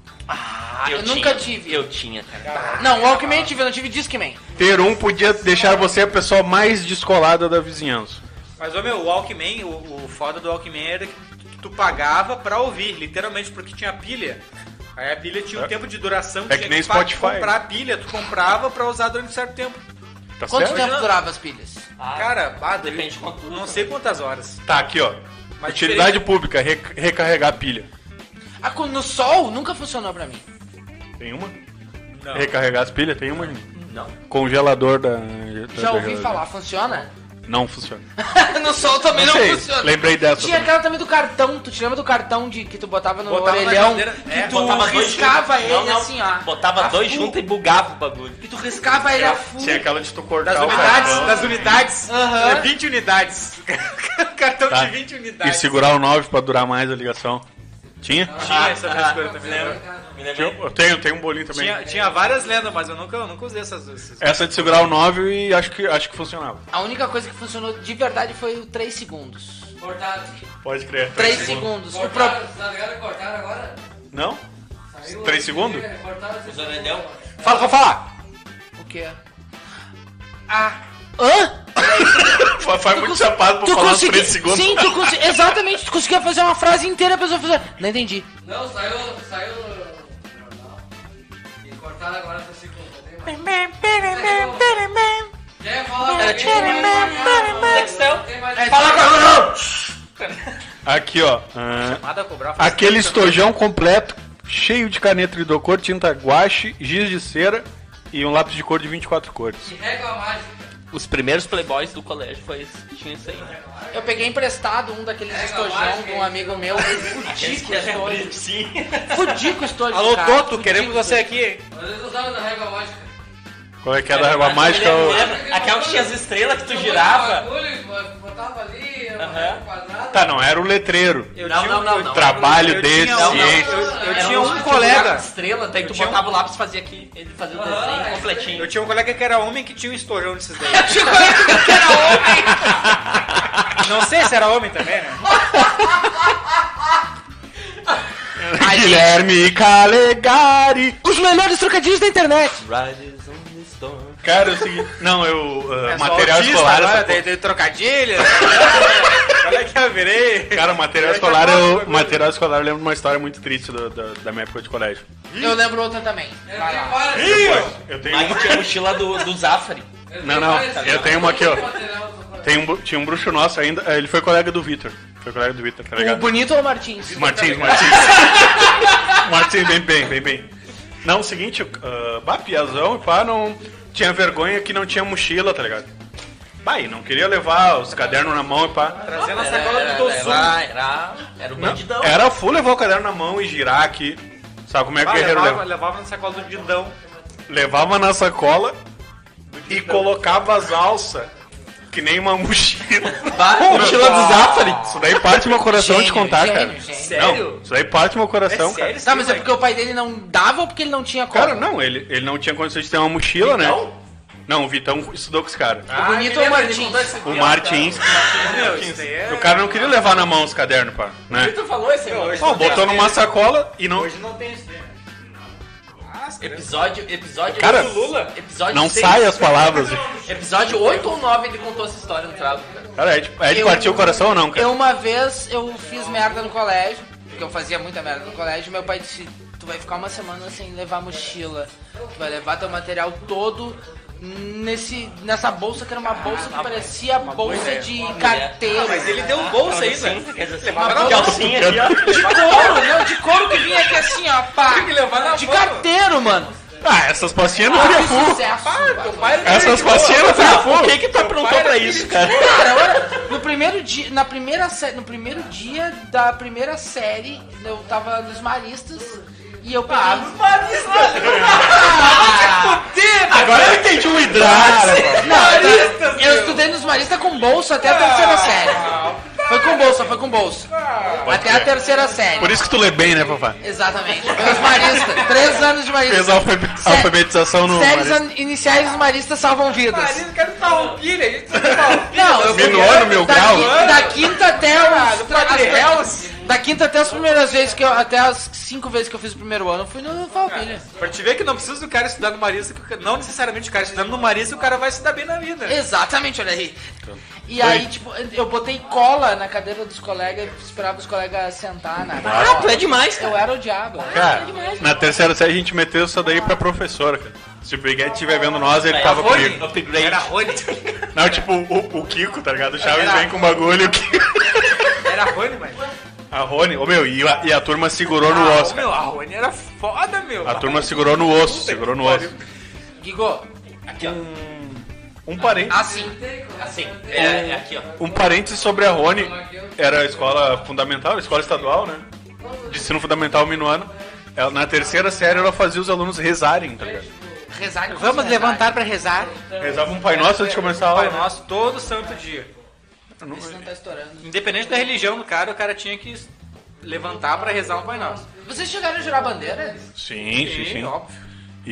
[SPEAKER 3] Ah, eu nunca tive.
[SPEAKER 4] Eu tinha, cara.
[SPEAKER 3] Não, Walkman eu tive, eu não tive Discman.
[SPEAKER 1] Ter um podia deixar você a pessoa mais descolada da vizinhança.
[SPEAKER 2] Mas, ô meu, o Walkman, o, o foda do Walkman era que tu pagava pra ouvir, literalmente, porque tinha pilha. Aí a pilha tinha um
[SPEAKER 1] É.
[SPEAKER 2] tempo de duração,
[SPEAKER 1] É
[SPEAKER 2] tinha
[SPEAKER 1] que nem
[SPEAKER 2] pa-
[SPEAKER 1] Spotify.
[SPEAKER 2] comprar a pilha, tu comprava pra usar durante certo tempo.
[SPEAKER 1] Tá
[SPEAKER 3] Quanto
[SPEAKER 1] certo?
[SPEAKER 3] tempo durava as pilhas?
[SPEAKER 4] Ah,
[SPEAKER 2] Cara, ah,
[SPEAKER 4] depende de quanto.
[SPEAKER 2] não sei quantas horas.
[SPEAKER 1] Tá, aqui, ó.
[SPEAKER 2] Mas
[SPEAKER 1] Utilidade
[SPEAKER 2] diferente-
[SPEAKER 1] pública, rec- recarregar a pilha.
[SPEAKER 3] Ah, co- no sol nunca funcionou pra mim.
[SPEAKER 1] Tem uma?
[SPEAKER 2] Não.
[SPEAKER 1] Recarregar as pilhas, tem uma?
[SPEAKER 4] Não.
[SPEAKER 1] Congelador da... da-
[SPEAKER 3] Já
[SPEAKER 1] da
[SPEAKER 3] ouvi
[SPEAKER 1] geladeira.
[SPEAKER 3] falar, funciona?
[SPEAKER 1] Não funciona.
[SPEAKER 3] No sol também não,
[SPEAKER 1] sei,
[SPEAKER 3] funciona.
[SPEAKER 1] lembrei dessa
[SPEAKER 3] Tinha
[SPEAKER 1] também.
[SPEAKER 3] aquela também do cartão, tu te lembra do cartão de que tu botava no
[SPEAKER 2] Botava na
[SPEAKER 3] orelhão?
[SPEAKER 2] geladeira,
[SPEAKER 3] Que
[SPEAKER 2] é,
[SPEAKER 3] tu
[SPEAKER 4] botava dois
[SPEAKER 3] riscava
[SPEAKER 4] juntos.
[SPEAKER 3] ele
[SPEAKER 4] Não, não.
[SPEAKER 3] assim, ó.
[SPEAKER 4] Botava
[SPEAKER 3] A
[SPEAKER 4] dois
[SPEAKER 3] full.
[SPEAKER 4] juntos e bugava o bagulho.
[SPEAKER 3] E tu riscava ele a full.
[SPEAKER 1] Tinha aquela de tu cortar
[SPEAKER 2] Das
[SPEAKER 1] o
[SPEAKER 2] unidades,
[SPEAKER 1] cartão
[SPEAKER 2] das unidades.
[SPEAKER 3] Aham.
[SPEAKER 2] É vinte unidades. Cartão
[SPEAKER 1] Tá.
[SPEAKER 2] de vinte
[SPEAKER 1] e
[SPEAKER 2] unidades.
[SPEAKER 1] segurar o nove pra durar mais a ligação. Tinha?
[SPEAKER 2] Tinha essa frescura também.
[SPEAKER 4] lembro.
[SPEAKER 2] né?
[SPEAKER 4] Me
[SPEAKER 1] Tinha-
[SPEAKER 4] lembrei.
[SPEAKER 1] Eu tenho, tenho um bolinho também.
[SPEAKER 2] Tinha, tinha várias lendas, mas eu nunca, eu nunca usei essas. essas...
[SPEAKER 1] Essa de segurar o nove e acho que, acho que funcionava.
[SPEAKER 3] A única coisa que funcionou de verdade foi o três segundos.
[SPEAKER 5] Cortaram.
[SPEAKER 1] Pode crer.
[SPEAKER 3] três segundos. O pro...
[SPEAKER 5] Cortaram, tá ligado? Cortaram agora?
[SPEAKER 1] Não?
[SPEAKER 5] Saiu
[SPEAKER 1] Três
[SPEAKER 5] a-
[SPEAKER 1] segundos?
[SPEAKER 5] Cortaram esse
[SPEAKER 4] Os orelhão.
[SPEAKER 1] Fala pra falar!
[SPEAKER 3] O quê? Ah. Hã?
[SPEAKER 1] Faz muito chapado pra
[SPEAKER 3] Tu
[SPEAKER 1] falar uns
[SPEAKER 3] consegui...
[SPEAKER 1] três segundos.
[SPEAKER 3] Sim, tu consegui... exatamente, tu conseguia fazer uma frase inteira e a pessoa fazia... Não entendi.
[SPEAKER 5] Não, saiu, saiu no jornal. E cortaram agora essa segunda. Quer falar?
[SPEAKER 4] Era tipo uma- Sextel.
[SPEAKER 5] Tem mais
[SPEAKER 3] Fala com
[SPEAKER 1] Aqui, ó. ah,
[SPEAKER 2] Nada a cobrar. faz
[SPEAKER 1] aquele
[SPEAKER 2] tempo também.
[SPEAKER 1] estojão completo, cheio de caneta de cor, tinta guache, giz de cera e um lápis de cor de vinte e quatro cores.
[SPEAKER 5] de régua mágica.
[SPEAKER 4] Os primeiros playboys do colégio foi esse, tinha isso aí, né?
[SPEAKER 3] Eu peguei emprestado um daqueles estojão de um amigo meu. Fudi com o estojo.
[SPEAKER 4] Sim.
[SPEAKER 3] Fudi com o estojo.
[SPEAKER 2] Alô,
[SPEAKER 3] cara.
[SPEAKER 2] Toto,
[SPEAKER 3] Fudi
[SPEAKER 2] queremos
[SPEAKER 3] com o
[SPEAKER 2] você
[SPEAKER 3] estojo.
[SPEAKER 2] aqui.
[SPEAKER 5] Às vezes usaram na régua mágica.
[SPEAKER 1] Qual é que é da régua mágica?
[SPEAKER 4] Eu
[SPEAKER 1] o-
[SPEAKER 4] lembro. Aquela que tinha as estrelas que tu
[SPEAKER 5] Botava
[SPEAKER 4] girava.
[SPEAKER 5] bagulho, botava ali,
[SPEAKER 4] Aham.
[SPEAKER 5] régua quadrada,
[SPEAKER 1] Tá, não era o letreiro.
[SPEAKER 2] Eu
[SPEAKER 4] Não,
[SPEAKER 2] tinha
[SPEAKER 4] não,
[SPEAKER 2] um-
[SPEAKER 4] não,
[SPEAKER 2] eu-
[SPEAKER 4] não.
[SPEAKER 1] Trabalho
[SPEAKER 2] eu
[SPEAKER 1] de
[SPEAKER 2] tinha um-
[SPEAKER 1] ciência.
[SPEAKER 2] Eu, eu
[SPEAKER 4] Era
[SPEAKER 2] tinha
[SPEAKER 4] uns
[SPEAKER 2] um
[SPEAKER 4] que
[SPEAKER 2] colega.
[SPEAKER 4] tinha estrela, daí tu
[SPEAKER 2] tinha
[SPEAKER 4] botava
[SPEAKER 2] um-
[SPEAKER 4] o lápis e fazia aqui. Ele fazia o desenho completinho.
[SPEAKER 2] Eu tinha um colega que era homem que tinha um estojão desses daí.
[SPEAKER 3] Que era homem!
[SPEAKER 2] Não sei se era homem também, né?
[SPEAKER 1] Guilherme Calegari.
[SPEAKER 3] Os melhores trocadilhos da internet.
[SPEAKER 4] Riders on the storm.
[SPEAKER 1] Cara, é o seguinte. Não, eu. uh,
[SPEAKER 2] É só
[SPEAKER 1] material
[SPEAKER 2] autista,
[SPEAKER 1] escolar.
[SPEAKER 2] né?
[SPEAKER 1] essa
[SPEAKER 2] Tem,
[SPEAKER 1] porra.
[SPEAKER 2] tem trocadilho. Olha que eu virei.
[SPEAKER 1] Cara, material
[SPEAKER 2] Eu
[SPEAKER 1] escolar,
[SPEAKER 2] acabava
[SPEAKER 1] eu,
[SPEAKER 2] com o bagulho.
[SPEAKER 1] material escolar eu lembro de uma história muito triste do- da, da minha época de colégio.
[SPEAKER 3] Eu lembro outra também. Vai lá.
[SPEAKER 1] Eu tenho
[SPEAKER 4] Aí
[SPEAKER 1] uma.
[SPEAKER 4] tinha a mochila do, do Zafari.
[SPEAKER 1] Não, não, eu tenho uma aqui, ó. Tem um, bru- tinha um bruxo nosso ainda, eh, ele foi colega do Vitor. Foi colega do Vitor, tá
[SPEAKER 3] O
[SPEAKER 1] ligado?
[SPEAKER 3] Bonito ou o Martins?
[SPEAKER 1] Martins, Martins. Martins, bem, bem, bem, bem. Não, o seguinte, uh, bah, piazão e pá, não tinha vergonha que não tinha mochila, tá ligado? Bah, e não queria levar os cadernos na mão e pá.
[SPEAKER 2] Trazendo a sacola do
[SPEAKER 4] Era,
[SPEAKER 2] Tosu.
[SPEAKER 4] era, era, era o
[SPEAKER 1] Não,
[SPEAKER 4] bandidão.
[SPEAKER 1] era full levar o caderno na mão e girar aqui. Sabe como é que o guerreiro
[SPEAKER 2] levava,
[SPEAKER 1] leva?
[SPEAKER 2] levava na sacola do Dindão.
[SPEAKER 1] Levava na sacola e colocava as alças, que nem uma mochila.
[SPEAKER 4] Bah, mochila do Zafari.
[SPEAKER 1] Isso daí parte do meu coração
[SPEAKER 3] Gênio,
[SPEAKER 1] te contar,
[SPEAKER 3] gênio,
[SPEAKER 1] cara.
[SPEAKER 3] gênio.
[SPEAKER 2] Sério?
[SPEAKER 1] Não, isso daí parte do meu coração,
[SPEAKER 2] É
[SPEAKER 1] cara.
[SPEAKER 2] sério?
[SPEAKER 3] Tá, mas é porque o pai dele não dava ou porque ele não tinha como?
[SPEAKER 1] Cara, não, ele, ele não tinha condições de ter uma mochila, né? Não, o Vitão estudou com esse cara.
[SPEAKER 3] O Bonito ou o Martins?
[SPEAKER 1] O Martins.
[SPEAKER 2] Meu, isso aí é...
[SPEAKER 1] O cara não queria levar na mão os cadernos, pá, né?
[SPEAKER 4] Tu falou esse aí,
[SPEAKER 1] Ó, botou numa sacola e não.
[SPEAKER 2] Hoje não tem isso, né?
[SPEAKER 4] Episódio, episódio
[SPEAKER 1] Cara,
[SPEAKER 4] oito, Lula. Episódio
[SPEAKER 1] Não
[SPEAKER 4] seis.
[SPEAKER 1] sai as palavras.
[SPEAKER 4] Episódio oito ou nove ele contou essa história no trago, cara.
[SPEAKER 1] Cara, é de, é de
[SPEAKER 3] Eu-
[SPEAKER 1] partir o coração ou não, cara?
[SPEAKER 3] Eu uma vez eu fiz merda no colégio, porque eu fazia muita merda no colégio, meu pai disse, tu vai ficar uma semana sem levar mochila, tu vai levar teu material todo nesse, nessa bolsa que era uma bolsa que parecia bolsa de carteira.
[SPEAKER 2] Mas ele deu bolsa ainda.
[SPEAKER 4] Quer dizer,
[SPEAKER 3] Uma
[SPEAKER 4] levava
[SPEAKER 3] bolsa
[SPEAKER 4] calcinha aqui, ó.
[SPEAKER 3] de couro, não, de couro que vinha aqui assim, ó, pá.
[SPEAKER 2] Tem que levar na
[SPEAKER 3] De
[SPEAKER 2] mão.
[SPEAKER 3] carteiro, mano.
[SPEAKER 1] Ah, essas pastinhas não
[SPEAKER 3] Ah,
[SPEAKER 1] teria
[SPEAKER 3] que
[SPEAKER 1] full.
[SPEAKER 3] sucesso.
[SPEAKER 1] Essas pastinhas não teria
[SPEAKER 4] O
[SPEAKER 1] full.
[SPEAKER 4] que que tu aprontou pra isso, cara?
[SPEAKER 3] Cara, olha, no primeiro dia, na primeira sé- no primeiro dia da primeira série, eu tava nos Maristas e eu peguei...
[SPEAKER 1] Agora eu entendi o hidrate.
[SPEAKER 3] Não, eu estudei nos Maristas com bolsa até a terceira série. Foi com bolsa, foi com bolsa. Até a
[SPEAKER 1] crer.
[SPEAKER 3] terceira série.
[SPEAKER 1] Por isso que tu lê bem, né, papá?
[SPEAKER 3] Exatamente. Foi nos Maristas. Três anos de Maristas.
[SPEAKER 1] Fez a alfabe-
[SPEAKER 3] Sé-
[SPEAKER 1] alfabetização no.
[SPEAKER 3] Séries
[SPEAKER 1] Marista.
[SPEAKER 3] an- iniciais dos Maristas salvam vidas.
[SPEAKER 2] Eu quero farroupilha, a gente tá farroupilha.
[SPEAKER 3] Não, eu
[SPEAKER 1] Minuano, mil
[SPEAKER 3] da,
[SPEAKER 1] grau.
[SPEAKER 3] qui- da quinta até os,
[SPEAKER 2] do
[SPEAKER 3] tra-
[SPEAKER 2] Padre
[SPEAKER 3] as-
[SPEAKER 2] Hells.
[SPEAKER 3] da quinta até as primeiras vezes que eu, até as cinco vezes que eu fiz o primeiro ano, eu fui no Falpilha.
[SPEAKER 2] Pra te ver que não precisa do cara estudar no Marista, que o ca- não necessariamente o cara estudando no Marista, o cara vai se dar bem na vida.
[SPEAKER 3] Exatamente, olha aí. E aí, tipo, eu botei cola na cadeira dos colegas e esperava os colegas sentar na.
[SPEAKER 4] Ah, tu é demais,
[SPEAKER 3] Eu era o diabo.
[SPEAKER 1] Cara, na terceira série a gente meteu isso daí pra professora, cara. Se o Briguete estiver vendo nós, ele tava
[SPEAKER 2] Rony,
[SPEAKER 1] comigo.
[SPEAKER 4] Upgrade.
[SPEAKER 2] Era Rony.
[SPEAKER 1] Não, tipo, o, o Kiko, tá ligado? O Chaves
[SPEAKER 2] Era.
[SPEAKER 1] vem com o bagulho e o Kiko.
[SPEAKER 2] Era Rony, mas...
[SPEAKER 1] A Rony, ô meu, e a, e a turma segurou no
[SPEAKER 2] Ah,
[SPEAKER 1] osso,
[SPEAKER 2] meu,
[SPEAKER 1] cara.
[SPEAKER 2] a Rony era foda, meu.
[SPEAKER 1] A turma segurou no osso, segurou no osso.
[SPEAKER 3] Gigo,
[SPEAKER 4] Aqui, ó.
[SPEAKER 1] Um parente.
[SPEAKER 3] assim.
[SPEAKER 4] Assim. É, é aqui, ó.
[SPEAKER 1] Um parênteses sobre a Rony, era a escola fundamental, escola estadual, né? De ensino fundamental minuano. Ela, na terceira série ela fazia os alunos rezarem, tá ligado?
[SPEAKER 3] Rezar
[SPEAKER 2] Vamos levantar pra rezar.
[SPEAKER 1] Rezava um Pai Nosso antes de começar a aula.
[SPEAKER 2] Pai
[SPEAKER 1] né?
[SPEAKER 2] Nosso todo santo dia.
[SPEAKER 3] Isso não tá estourando.
[SPEAKER 2] Independente da religião do cara, o cara tinha que levantar pra rezar um Pai Nosso.
[SPEAKER 3] Vocês chegaram a jurar bandeira?
[SPEAKER 1] Sim, sim, sim.
[SPEAKER 2] óbvio.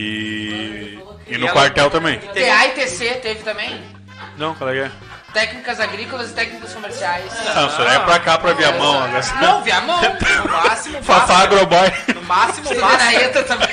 [SPEAKER 1] E. E
[SPEAKER 2] E
[SPEAKER 1] no
[SPEAKER 2] ela-
[SPEAKER 1] quartel também.
[SPEAKER 3] T A e T C teve também?
[SPEAKER 1] Não, qual é que é?
[SPEAKER 3] Técnicas agrícolas e técnicas comerciais.
[SPEAKER 1] Não, isso daí é pra cá, pra Viamão. Agora.
[SPEAKER 3] Não, Viamão.
[SPEAKER 2] No máximo,
[SPEAKER 1] Fafá
[SPEAKER 2] basta.
[SPEAKER 1] Agroboy.
[SPEAKER 2] No máximo, basta.
[SPEAKER 3] Veraeta também.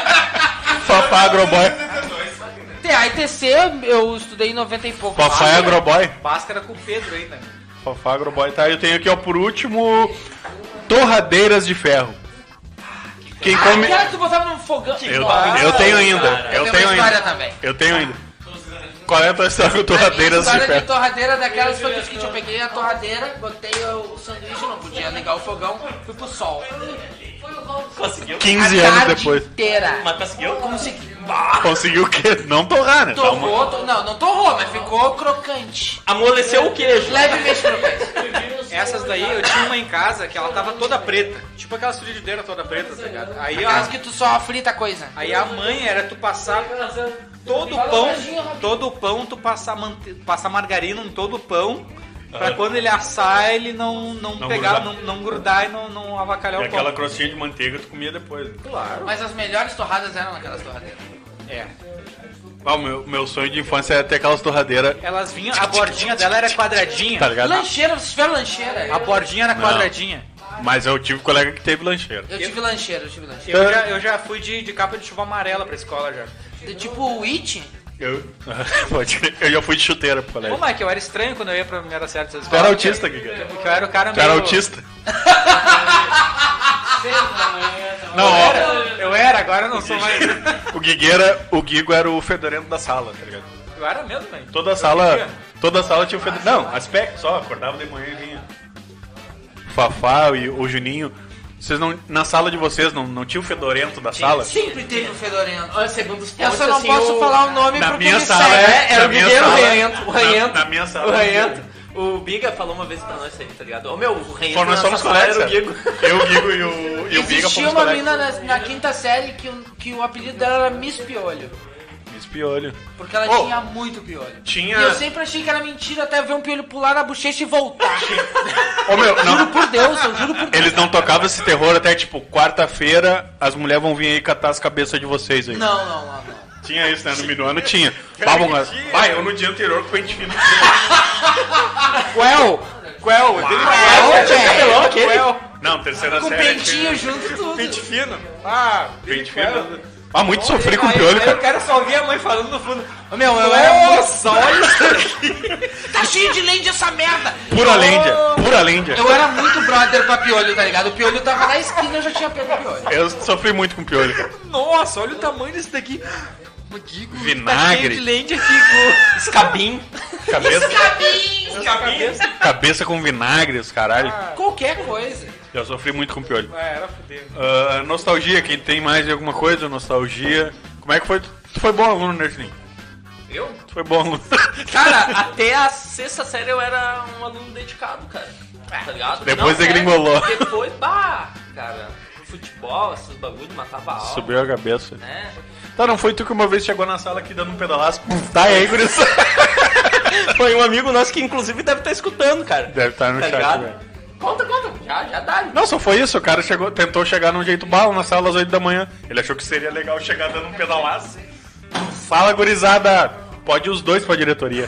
[SPEAKER 1] Fafá Agroboy.
[SPEAKER 3] T A e T C eu estudei em noventa e pouco.
[SPEAKER 1] Fafá é Agroboy.
[SPEAKER 2] Báscara com o Pedro ainda.
[SPEAKER 1] Fafá Agroboy. Tá, eu tenho aqui, ó, por último, torradeiras de ferro. Quem
[SPEAKER 3] Ah,
[SPEAKER 1] come...
[SPEAKER 3] aquela que tu botava no fogão.
[SPEAKER 1] Eu,
[SPEAKER 3] Nossa,
[SPEAKER 1] eu tenho ainda.
[SPEAKER 3] eu
[SPEAKER 1] Eu
[SPEAKER 3] tenho
[SPEAKER 1] tenho
[SPEAKER 3] uma história
[SPEAKER 1] ainda.
[SPEAKER 3] também.
[SPEAKER 1] Eu tenho ainda. Qual é a tua história com
[SPEAKER 3] A minha
[SPEAKER 1] torradeiras de
[SPEAKER 3] história de
[SPEAKER 1] ferro?
[SPEAKER 3] torradeira daquelas foi o seguinte, eu peguei a torradeira, botei o sanduíche, não podia ligar o fogão, fui pro sol.
[SPEAKER 4] Conseguiu?
[SPEAKER 1] quinze
[SPEAKER 3] a
[SPEAKER 1] anos
[SPEAKER 3] tarde
[SPEAKER 1] depois.
[SPEAKER 3] inteira.
[SPEAKER 4] Mas conseguiu?
[SPEAKER 3] Consegui.
[SPEAKER 1] Conseguiu o quê? Não torrar, né? Dá uma-
[SPEAKER 3] Torrou, to- não, não torrou, mas ficou crocante.
[SPEAKER 4] Amoleceu o queijo.
[SPEAKER 3] Levemente crocante.
[SPEAKER 2] Essas daí, eu tinha uma em casa que ela tava toda preta. Tipo aquelas frigideiras toda preta, tá ligado? Aí, a,
[SPEAKER 3] Aquelas que tu só frita coisa.
[SPEAKER 2] aí a mãe era tu passar todo o pão, todo o pão, tu passar, mante, passar margarina em todo o pão, Pra quando ele assar, ele não, não,
[SPEAKER 1] Não
[SPEAKER 2] pegar,
[SPEAKER 1] grudar.
[SPEAKER 2] não, não grudar e não, não avacalhar
[SPEAKER 1] E
[SPEAKER 2] o
[SPEAKER 1] aquela
[SPEAKER 2] copo.
[SPEAKER 1] crostinha de manteiga tu comia depois.
[SPEAKER 2] Claro.
[SPEAKER 3] Mas as melhores torradas eram naquelas torradeiras.
[SPEAKER 2] É.
[SPEAKER 1] Ah, o meu, meu sonho de infância era ter aquelas torradeiras,
[SPEAKER 2] Elas vinham, a bordinha dela era quadradinha.
[SPEAKER 1] tá ligado?
[SPEAKER 3] Lancheira, vocês tiveram lancheira?
[SPEAKER 2] A bordinha era
[SPEAKER 1] Não.
[SPEAKER 2] quadradinha.
[SPEAKER 1] Mas eu tive um colega que teve lancheira.
[SPEAKER 3] Eu tive lancheira, eu tive lancheira.
[SPEAKER 2] Eu já, eu já fui de, de capa de chuva amarela pra escola já.
[SPEAKER 3] De tipo o It.
[SPEAKER 1] Eu, pode crer. Eu já fui de chuteira pro
[SPEAKER 2] Ô,
[SPEAKER 1] colégio.
[SPEAKER 2] Mike, eu era estranho quando eu ia pra primeira série dessas
[SPEAKER 1] Tu era
[SPEAKER 2] escolas.
[SPEAKER 1] autista, Giga.
[SPEAKER 2] Porque eu era o cara
[SPEAKER 1] Tu
[SPEAKER 2] meio...
[SPEAKER 1] era autista?
[SPEAKER 5] Seis da manhã, tá
[SPEAKER 1] Não,
[SPEAKER 2] Eu
[SPEAKER 1] ó.
[SPEAKER 2] era, eu era, agora eu não sou mais.
[SPEAKER 1] O Guigueira, o Guigo era o fedorento da sala, tá ligado?
[SPEAKER 2] Eu era mesmo, velho.
[SPEAKER 1] Toda a sala, toda a sala tinha o fedorento. Não, aspecto só, acordava de manhã e vinha. O Fafá e o Juninho. Vocês não, na sala de vocês não, não tinha o fedorento da sala?
[SPEAKER 3] Sempre teve o fedorento.
[SPEAKER 5] Olha, segundo os
[SPEAKER 3] Eu
[SPEAKER 5] pontos,
[SPEAKER 3] só não
[SPEAKER 5] assim,
[SPEAKER 3] posso
[SPEAKER 5] o-
[SPEAKER 3] falar o nome
[SPEAKER 1] Na
[SPEAKER 3] porque
[SPEAKER 1] minha
[SPEAKER 3] me
[SPEAKER 1] sala
[SPEAKER 3] segue.
[SPEAKER 1] é-
[SPEAKER 5] É, era
[SPEAKER 1] Na
[SPEAKER 5] o
[SPEAKER 1] minha
[SPEAKER 5] Guigueiro, o
[SPEAKER 1] sala-
[SPEAKER 5] Ranhento, o
[SPEAKER 1] na-
[SPEAKER 5] Ranhento.
[SPEAKER 1] na minha sala-
[SPEAKER 5] O Ranhento. O Biga falou uma vez pra nós isso aí, tá ligado? Ô meu, o Ranhento
[SPEAKER 1] Pô, nós
[SPEAKER 5] na
[SPEAKER 1] somos
[SPEAKER 5] nossa sala
[SPEAKER 1] colegas,
[SPEAKER 5] era o
[SPEAKER 1] sério.
[SPEAKER 5] Guigo.
[SPEAKER 1] Eu, o Guigo e o, e o Biga
[SPEAKER 3] Existia
[SPEAKER 1] fomos
[SPEAKER 3] uma
[SPEAKER 1] colegas.
[SPEAKER 3] mina na, na quinta série que, o- que o apelido dela era Miss Piolho.
[SPEAKER 1] Miss Piolho.
[SPEAKER 3] Porque ela
[SPEAKER 1] Oh,
[SPEAKER 3] tinha muito piolho.
[SPEAKER 1] tinha-
[SPEAKER 3] E eu sempre achei que era mentira até ver um piolho pular na bochecha e voltar.
[SPEAKER 1] Ô meu,
[SPEAKER 3] Juro
[SPEAKER 1] não,
[SPEAKER 3] por Deus, eu juro por Deus.
[SPEAKER 1] eles não tocavam esse terror até tipo quarta-feira, as mulheres vão vir aí catar as cabeças de vocês aí.
[SPEAKER 3] Não, não, não, não.
[SPEAKER 1] Tinha isso, né? No minuano tinha. Bavam, vai, eu no dia anterior com o pente fino.
[SPEAKER 2] Quel! Quel! Teve
[SPEAKER 3] Quel,
[SPEAKER 2] tinha
[SPEAKER 3] velho.
[SPEAKER 2] cabelão aquele? Quel.
[SPEAKER 1] Não, terceira
[SPEAKER 3] Com
[SPEAKER 1] série.
[SPEAKER 3] pentinho junto tudo.
[SPEAKER 2] Pente fino. Ah,
[SPEAKER 1] Pente
[SPEAKER 2] Quel.
[SPEAKER 1] fino. Ah, muito sofri com o
[SPEAKER 2] Aí-
[SPEAKER 1] piolho,
[SPEAKER 2] aí
[SPEAKER 1] cara.
[SPEAKER 2] Eu quero só ouvir a mãe falando no fundo.
[SPEAKER 3] Ô, meu, eu era
[SPEAKER 2] Nossa, olha isso aqui.
[SPEAKER 3] Tá cheio de lente essa merda.
[SPEAKER 1] Pura lêndia, pura lêndia.
[SPEAKER 3] Eu era muito brother pra piolho, tá ligado? O piolho tava na esquina e eu já tinha pego o piolho.
[SPEAKER 1] Eu sofri muito com o piolho, cara.
[SPEAKER 2] Nossa, olha o tamanho desse daqui. O Guigo
[SPEAKER 1] Vinagre.
[SPEAKER 2] tá cheio de lente aqui, Gu.
[SPEAKER 4] Escabim.
[SPEAKER 1] Cabeça,
[SPEAKER 2] Cabeça.
[SPEAKER 1] cabeça com vinagre, os caralho.
[SPEAKER 3] Qualquer coisa.
[SPEAKER 1] Eu sofri muito com o piolho.
[SPEAKER 2] Ah, era fuder.
[SPEAKER 1] Ah, nostalgia, quem tem mais de alguma coisa? Nostalgia. Como é que foi? Tu foi bom aluno, Nerfling?
[SPEAKER 4] Eu?
[SPEAKER 1] Tu foi bom aluno.
[SPEAKER 4] Cara, até a sexta série eu era um aluno dedicado, cara. Tá ligado?
[SPEAKER 1] Depois
[SPEAKER 4] sério,
[SPEAKER 1] degringolou.
[SPEAKER 4] Depois, bah, cara. Futebol, esses bagulho, matava a aula.
[SPEAKER 1] Subiu a cabeça.
[SPEAKER 4] Né?
[SPEAKER 1] Tá, não foi tu que uma vez chegou na sala aqui dando um pedalaço? Tá, e aí, gurizada?
[SPEAKER 4] Foi um amigo nosso que inclusive deve estar escutando, cara.
[SPEAKER 1] Deve estar no
[SPEAKER 4] Tá
[SPEAKER 1] chat,
[SPEAKER 4] ligado?
[SPEAKER 1] velho.
[SPEAKER 4] Conta, conta. Já, já dá.
[SPEAKER 1] Não, só foi isso. O cara chegou, tentou chegar num jeito bala na sala às oito da manhã. Ele achou que seria legal chegar dando um pedalaço. Fala, gurizada. Pode ir os dois pra diretoria.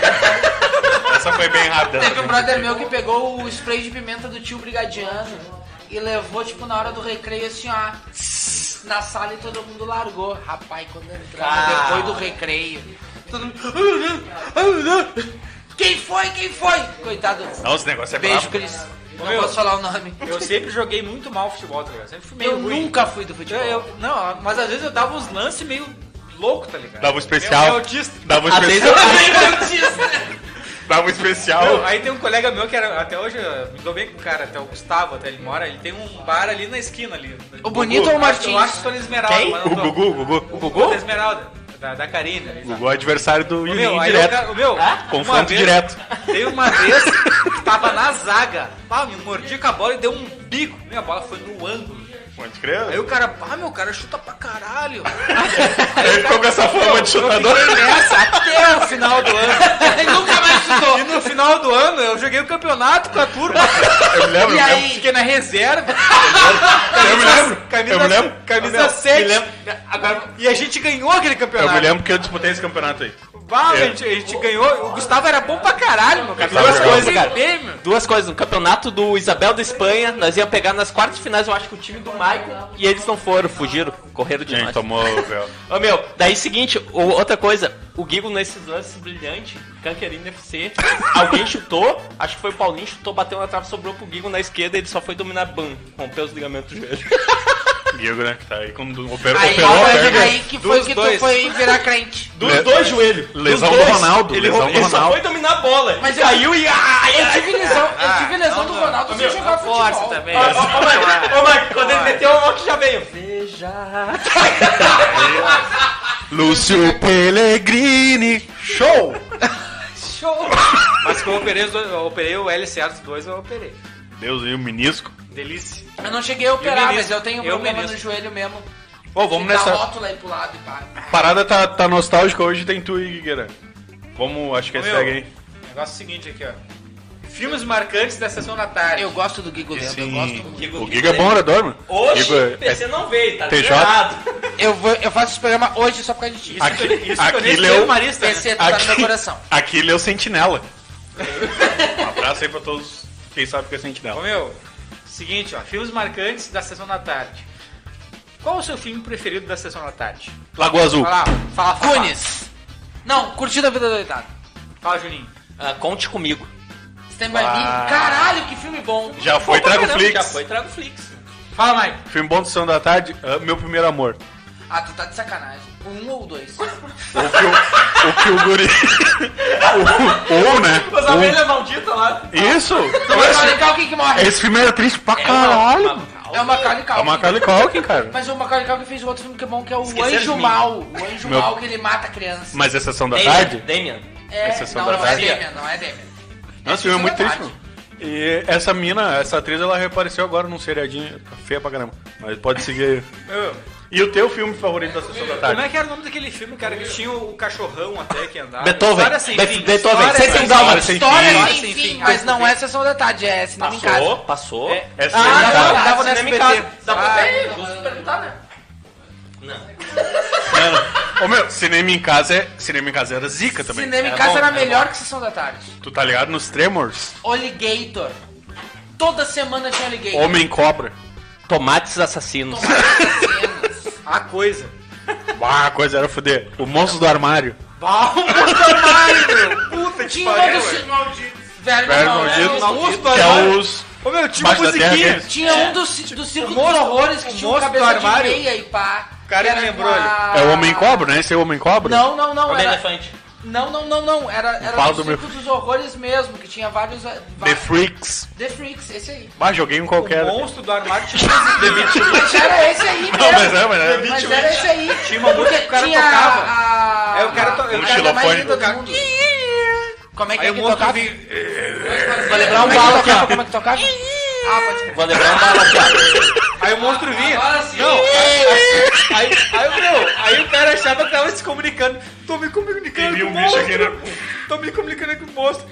[SPEAKER 1] Essa foi bem rápida.
[SPEAKER 3] Teve um brother meu que pegou o spray de pimenta do tio Brigadiano e levou, tipo, na hora do recreio, assim, ó, na sala e todo mundo largou. Rapaz, quando entrava
[SPEAKER 4] Ah.
[SPEAKER 3] depois do recreio, todo mundo... Quem foi? Quem foi? Coitado.
[SPEAKER 1] Não, esse negócio é
[SPEAKER 3] Beijo,
[SPEAKER 1] brabo.
[SPEAKER 3] Cris. Não
[SPEAKER 2] meu,
[SPEAKER 3] posso falar o nome.
[SPEAKER 2] Eu sempre joguei muito mal futebol, tá ligado? Sempre fui meio
[SPEAKER 3] Eu
[SPEAKER 2] ruim.
[SPEAKER 3] nunca fui do
[SPEAKER 2] Eu,
[SPEAKER 3] futebol.
[SPEAKER 2] eu- não, mas às vezes eu dava uns lances meio louco, tá ligado?
[SPEAKER 1] Dava um especial.
[SPEAKER 2] Eu, eu autista.
[SPEAKER 1] Dava um
[SPEAKER 4] Às vezes
[SPEAKER 1] especial.
[SPEAKER 4] eu...
[SPEAKER 1] Dava um especial.
[SPEAKER 2] Meu, aí tem um colega meu que era, até hoje, eu me dou bem com o cara, até o Gustavo, até ele mora, ele tem um bar ali na esquina ali.
[SPEAKER 3] O Bonito ou o Martins?
[SPEAKER 2] Eu acho que foi na Esmeralda.
[SPEAKER 4] Quem?
[SPEAKER 2] mas não
[SPEAKER 1] O
[SPEAKER 2] tô.
[SPEAKER 1] Gugu, o Gugu.
[SPEAKER 2] O Gugu? Da Esmeralda. Da, da Karine. ali,
[SPEAKER 1] O
[SPEAKER 2] sabe?
[SPEAKER 1] Gugu é adversário do
[SPEAKER 2] Ô,
[SPEAKER 1] Juninho
[SPEAKER 2] meu, aí
[SPEAKER 1] direto.
[SPEAKER 2] o cara- o meu, uma
[SPEAKER 1] Confronto
[SPEAKER 2] vez-
[SPEAKER 1] direto.
[SPEAKER 2] Teve uma vez que tava na zaga. Pá, me mordi com a bola e deu um bico. Minha bola foi no ângulo.
[SPEAKER 1] Pode crer.
[SPEAKER 2] Aí o cara, pá, meu, cara chuta pra caralho.
[SPEAKER 1] Ele ficou com essa fama de chutador.
[SPEAKER 2] Eu fiquei nessa até o final do ano.
[SPEAKER 3] Ele nunca mais chutou.
[SPEAKER 2] E no final do ano eu joguei o campeonato com a turma.
[SPEAKER 1] Eu me lembro,
[SPEAKER 3] E
[SPEAKER 1] eu me
[SPEAKER 3] aí?
[SPEAKER 1] lembro.
[SPEAKER 2] Fiquei na reserva.
[SPEAKER 1] Eu me lembro.
[SPEAKER 2] Camisa,
[SPEAKER 1] Eu me lembro.
[SPEAKER 2] camisa
[SPEAKER 4] Meu, me
[SPEAKER 2] sete.
[SPEAKER 4] lembro- Agora,
[SPEAKER 2] E a gente ganhou aquele
[SPEAKER 1] Eu
[SPEAKER 2] campeonato.
[SPEAKER 1] me lembro que eu disputei esse campeonato aí.
[SPEAKER 2] Bah, a,
[SPEAKER 1] É.
[SPEAKER 2] gente, a gente ganhou. O Gustavo era bom pra caralho, meu cara.
[SPEAKER 1] Gustavo
[SPEAKER 2] Duas
[SPEAKER 1] era
[SPEAKER 2] coisas,
[SPEAKER 1] bom.
[SPEAKER 2] cara. Bem, meu.
[SPEAKER 4] duas coisas. No campeonato do Isabel da Espanha, nós íamos pegar nas quartas finais, eu acho que o time do Michael, e eles não foram, fugiram, correram de
[SPEAKER 1] Gente,
[SPEAKER 4] nós.
[SPEAKER 1] tomou, velho.
[SPEAKER 4] Ô meu, daí seguinte, o- outra coisa, o Gigo nesses lances brilhantes, Canquerino F C, alguém chutou, acho que foi o Paulinho, chutou, bateu na trave, sobrou pro Gigo na esquerda, ele só foi dominar, bam, rompeu os ligamentos do joelho.
[SPEAKER 1] Guigo, né? Que tá aí com operou,
[SPEAKER 3] Aí,
[SPEAKER 1] operou a perna.
[SPEAKER 3] aí que foi
[SPEAKER 2] Dos
[SPEAKER 3] que
[SPEAKER 2] dois.
[SPEAKER 3] tu foi virar crente.
[SPEAKER 4] Dos
[SPEAKER 1] Le-
[SPEAKER 4] dois joelhos. dos
[SPEAKER 1] lesão do
[SPEAKER 4] dois.
[SPEAKER 1] Ronaldo,
[SPEAKER 4] Ele,
[SPEAKER 1] lesão
[SPEAKER 4] rom-
[SPEAKER 1] do
[SPEAKER 4] ele só
[SPEAKER 1] Ronaldo.
[SPEAKER 4] foi dominar a bola.
[SPEAKER 3] Mas
[SPEAKER 4] e caiu e... Ai,
[SPEAKER 3] Eu
[SPEAKER 4] ai,
[SPEAKER 3] tive lesão, eu tive lesão do Ronaldo sem
[SPEAKER 2] Meu,
[SPEAKER 3] jogar
[SPEAKER 2] não força
[SPEAKER 3] futebol.
[SPEAKER 2] também.
[SPEAKER 4] Ô, ô, ô, Mike, ô, Mike, quando ele meteu a mão que já veio. Veja.
[SPEAKER 1] Lúcio Pellegrini. Show!
[SPEAKER 2] Show! Mas que eu operei, os dois, eu operei o L C A dos dois, eu operei.
[SPEAKER 1] Deus, e o menisco.
[SPEAKER 2] Delícia.
[SPEAKER 3] Eu não cheguei a operar,
[SPEAKER 2] menisco.
[SPEAKER 3] mas eu tenho
[SPEAKER 2] Eu
[SPEAKER 3] problema no
[SPEAKER 2] menisco.
[SPEAKER 3] joelho mesmo.
[SPEAKER 1] Ô, vamos
[SPEAKER 3] Dá
[SPEAKER 1] nessa.
[SPEAKER 3] rótula aí pro lado e pá.
[SPEAKER 1] A parada tá, tá nostálgica hoje, tem tu e Guigueira. Vamos, acho que é
[SPEAKER 2] Ô, meu,
[SPEAKER 1] segue aí.
[SPEAKER 2] O negócio é o seguinte aqui, ó. Filmes marcantes da sessão da tarde.
[SPEAKER 3] Eu gosto do Gigo lendo, eu gosto muito.
[SPEAKER 4] Gigo-
[SPEAKER 1] O Giga é bom orador, mano.
[SPEAKER 4] Hoje
[SPEAKER 1] Giga é-
[SPEAKER 4] o P C não veio, tá
[SPEAKER 1] T J?
[SPEAKER 4] liberado.
[SPEAKER 3] Eu, vou, eu faço esse programa hoje só por causa de ti.
[SPEAKER 2] Isso,
[SPEAKER 1] Aqui-
[SPEAKER 2] que eu- isso
[SPEAKER 1] aqui
[SPEAKER 2] que eu nem
[SPEAKER 1] leu-
[SPEAKER 2] sou marista, né?
[SPEAKER 3] P C tá no meu coração.
[SPEAKER 1] Aqui ele é o Sentinela. Um abraço aí pra todos quem sabe que é
[SPEAKER 2] Ô
[SPEAKER 1] Sentinela.
[SPEAKER 2] meu, seguinte, ó, filmes marcantes da sessão da tarde. Qual o seu filme preferido da sessão da tarde?
[SPEAKER 1] Lagoa Azul.
[SPEAKER 2] Fala, fala, fala.
[SPEAKER 3] Kunis. Não, Curtindo a Vida Doidada.
[SPEAKER 2] Fala, Juninho.
[SPEAKER 4] Ah, conte comigo.
[SPEAKER 3] Stand By Me. Caralho, que filme bom.
[SPEAKER 1] Já foi
[SPEAKER 4] Bom pra
[SPEAKER 1] Trago
[SPEAKER 4] caramba,
[SPEAKER 1] Flix.
[SPEAKER 4] Já foi Trago Flix.
[SPEAKER 2] Fala, Mike.
[SPEAKER 1] Filme bom de Sessão da Tarde, ah, Meu Primeiro Amor.
[SPEAKER 3] Ah, tu tá de sacanagem. Um ou dois?
[SPEAKER 1] O que o, o, que o guri... o, o, né?
[SPEAKER 4] Mas a velha maldita lá.
[SPEAKER 1] O, isso!
[SPEAKER 3] O Macaulay Culkin que morre.
[SPEAKER 1] Esse filme era triste pra caralho.
[SPEAKER 3] É o Macaulay
[SPEAKER 1] É o
[SPEAKER 3] Culkin.
[SPEAKER 1] Macaulay Culkin, cara.
[SPEAKER 3] Mas o Macaulay Culkin fez um outro filme que é bom, que é o
[SPEAKER 4] Esqueceram de
[SPEAKER 3] Anjo
[SPEAKER 4] mim.
[SPEAKER 3] Mal. O Anjo
[SPEAKER 1] Meu-
[SPEAKER 3] Mal que ele mata a criança.
[SPEAKER 1] Mas é Sessão da
[SPEAKER 4] Damian,
[SPEAKER 1] Tarde?
[SPEAKER 4] Damian.
[SPEAKER 3] É,
[SPEAKER 1] Exceção
[SPEAKER 3] não,
[SPEAKER 1] da
[SPEAKER 3] não é
[SPEAKER 1] tarde.
[SPEAKER 3] Damian, não é Damian.
[SPEAKER 1] Nossa, esse filme é muito
[SPEAKER 3] Sessão da
[SPEAKER 1] triste, mano. E essa mina, essa atriz, ela reapareceu agora num seriadinho. Tá feia pra caramba. Mas pode seguir aí.
[SPEAKER 2] Meu,
[SPEAKER 1] E o teu filme favorito da Sessão da
[SPEAKER 2] como
[SPEAKER 1] Tarde?
[SPEAKER 2] é que era o nome daquele filme, cara? Que tinha o cachorrão até que andava.
[SPEAKER 4] Beethoven.
[SPEAKER 2] História sem
[SPEAKER 4] Be-
[SPEAKER 2] fim.
[SPEAKER 4] Beethoven.
[SPEAKER 2] História
[SPEAKER 4] Sem
[SPEAKER 2] sem
[SPEAKER 4] fim.
[SPEAKER 2] fim.
[SPEAKER 1] Dálmatas. sem
[SPEAKER 3] História
[SPEAKER 1] fim.
[SPEAKER 3] sem
[SPEAKER 2] Sem
[SPEAKER 3] fim,
[SPEAKER 2] fim,
[SPEAKER 3] mas
[SPEAKER 2] sem
[SPEAKER 3] não
[SPEAKER 2] fim.
[SPEAKER 3] é Sessão da Tarde, é Cinema em Casa.
[SPEAKER 4] Passou, passou.
[SPEAKER 2] É,
[SPEAKER 1] É
[SPEAKER 2] ah,
[SPEAKER 1] Cinema em
[SPEAKER 2] não,
[SPEAKER 1] Casa.
[SPEAKER 2] dava no
[SPEAKER 4] Cinema em
[SPEAKER 2] S B T.
[SPEAKER 4] Casa. Dá pra
[SPEAKER 2] Ah,
[SPEAKER 4] ver, justo perguntar, né? Não.
[SPEAKER 1] Mano, ô meu, Cinema em Casa é. Cinema em Casa era zica também.
[SPEAKER 3] Cinema em
[SPEAKER 4] Era
[SPEAKER 3] Casa
[SPEAKER 4] bom,
[SPEAKER 3] era
[SPEAKER 4] era
[SPEAKER 3] melhor
[SPEAKER 4] bom.
[SPEAKER 3] que Sessão da Tarde.
[SPEAKER 1] Tu tá ligado nos Tremors?
[SPEAKER 3] Alligator. Toda semana tinha Alligator.
[SPEAKER 1] Homem Cobra.
[SPEAKER 4] Tomates assassinos.
[SPEAKER 2] A coisa.
[SPEAKER 1] Ah, a coisa era foder. O Monstro do Armário.
[SPEAKER 2] Puta
[SPEAKER 3] Tinha uma do ci- Velho
[SPEAKER 1] Velho
[SPEAKER 3] Maldito.
[SPEAKER 1] Maldito.
[SPEAKER 2] Monstro do
[SPEAKER 1] Que é
[SPEAKER 2] Armário.
[SPEAKER 1] os.
[SPEAKER 2] Ô meu, tinha uma
[SPEAKER 1] Baixo da terra
[SPEAKER 2] musiquinha.
[SPEAKER 1] aqueles.
[SPEAKER 3] Tinha um do, ci- do Circo
[SPEAKER 2] O monstro-
[SPEAKER 3] dos Horrores que
[SPEAKER 2] o
[SPEAKER 3] tinha um
[SPEAKER 2] monstro do
[SPEAKER 3] cabeça de
[SPEAKER 2] armário.
[SPEAKER 3] meia e pá.
[SPEAKER 2] O cara
[SPEAKER 3] Que
[SPEAKER 2] me
[SPEAKER 3] era
[SPEAKER 2] lembrou
[SPEAKER 3] com
[SPEAKER 2] ali.
[SPEAKER 3] a-
[SPEAKER 1] É o Homem Cobra, né? Esse é o Homem Cobra?
[SPEAKER 3] Não, não, não.
[SPEAKER 4] Homem
[SPEAKER 3] Era...
[SPEAKER 4] elefante.
[SPEAKER 3] Não, não, não, não. Era, era
[SPEAKER 1] Fala
[SPEAKER 3] do
[SPEAKER 1] do meu-
[SPEAKER 3] Circo dos Horrores mesmo, que tinha vários... eh,
[SPEAKER 1] The
[SPEAKER 3] va-
[SPEAKER 1] Freaks.
[SPEAKER 3] The Freaks, esse aí.
[SPEAKER 1] Bah, joguei um qualquer.
[SPEAKER 2] O monstro do armário tinha uma musiquinha.
[SPEAKER 3] Mas era esse aí mesmo.
[SPEAKER 1] Não, mas é, mas é.
[SPEAKER 3] Mas era esse aí.
[SPEAKER 2] Tinha uma música que o cara
[SPEAKER 3] tinha
[SPEAKER 2] tocava.
[SPEAKER 3] A...
[SPEAKER 2] É, o cara to-
[SPEAKER 3] a
[SPEAKER 2] o
[SPEAKER 3] piada mais
[SPEAKER 1] xilofone.
[SPEAKER 3] linda do mundo. Como é que
[SPEAKER 2] Aí
[SPEAKER 3] é
[SPEAKER 2] o
[SPEAKER 3] que
[SPEAKER 2] monstro
[SPEAKER 3] tocava?
[SPEAKER 2] vinha.
[SPEAKER 3] Vou lembrar um bala aqui, ó. Como é que tocava? Ah, pode crer.
[SPEAKER 4] Vou lembrar um bala aqui, ó.
[SPEAKER 2] Aí o monstro vinha.
[SPEAKER 5] Agora sim.
[SPEAKER 2] Não, aí, aí, aí, meu, aí o cara achava que tava se comunicando. Tô me comunicando
[SPEAKER 1] Tem
[SPEAKER 2] com
[SPEAKER 1] um
[SPEAKER 2] o
[SPEAKER 1] bicho
[SPEAKER 2] monstro.
[SPEAKER 1] aqui, né?
[SPEAKER 2] Tô me comunicando com o monstro.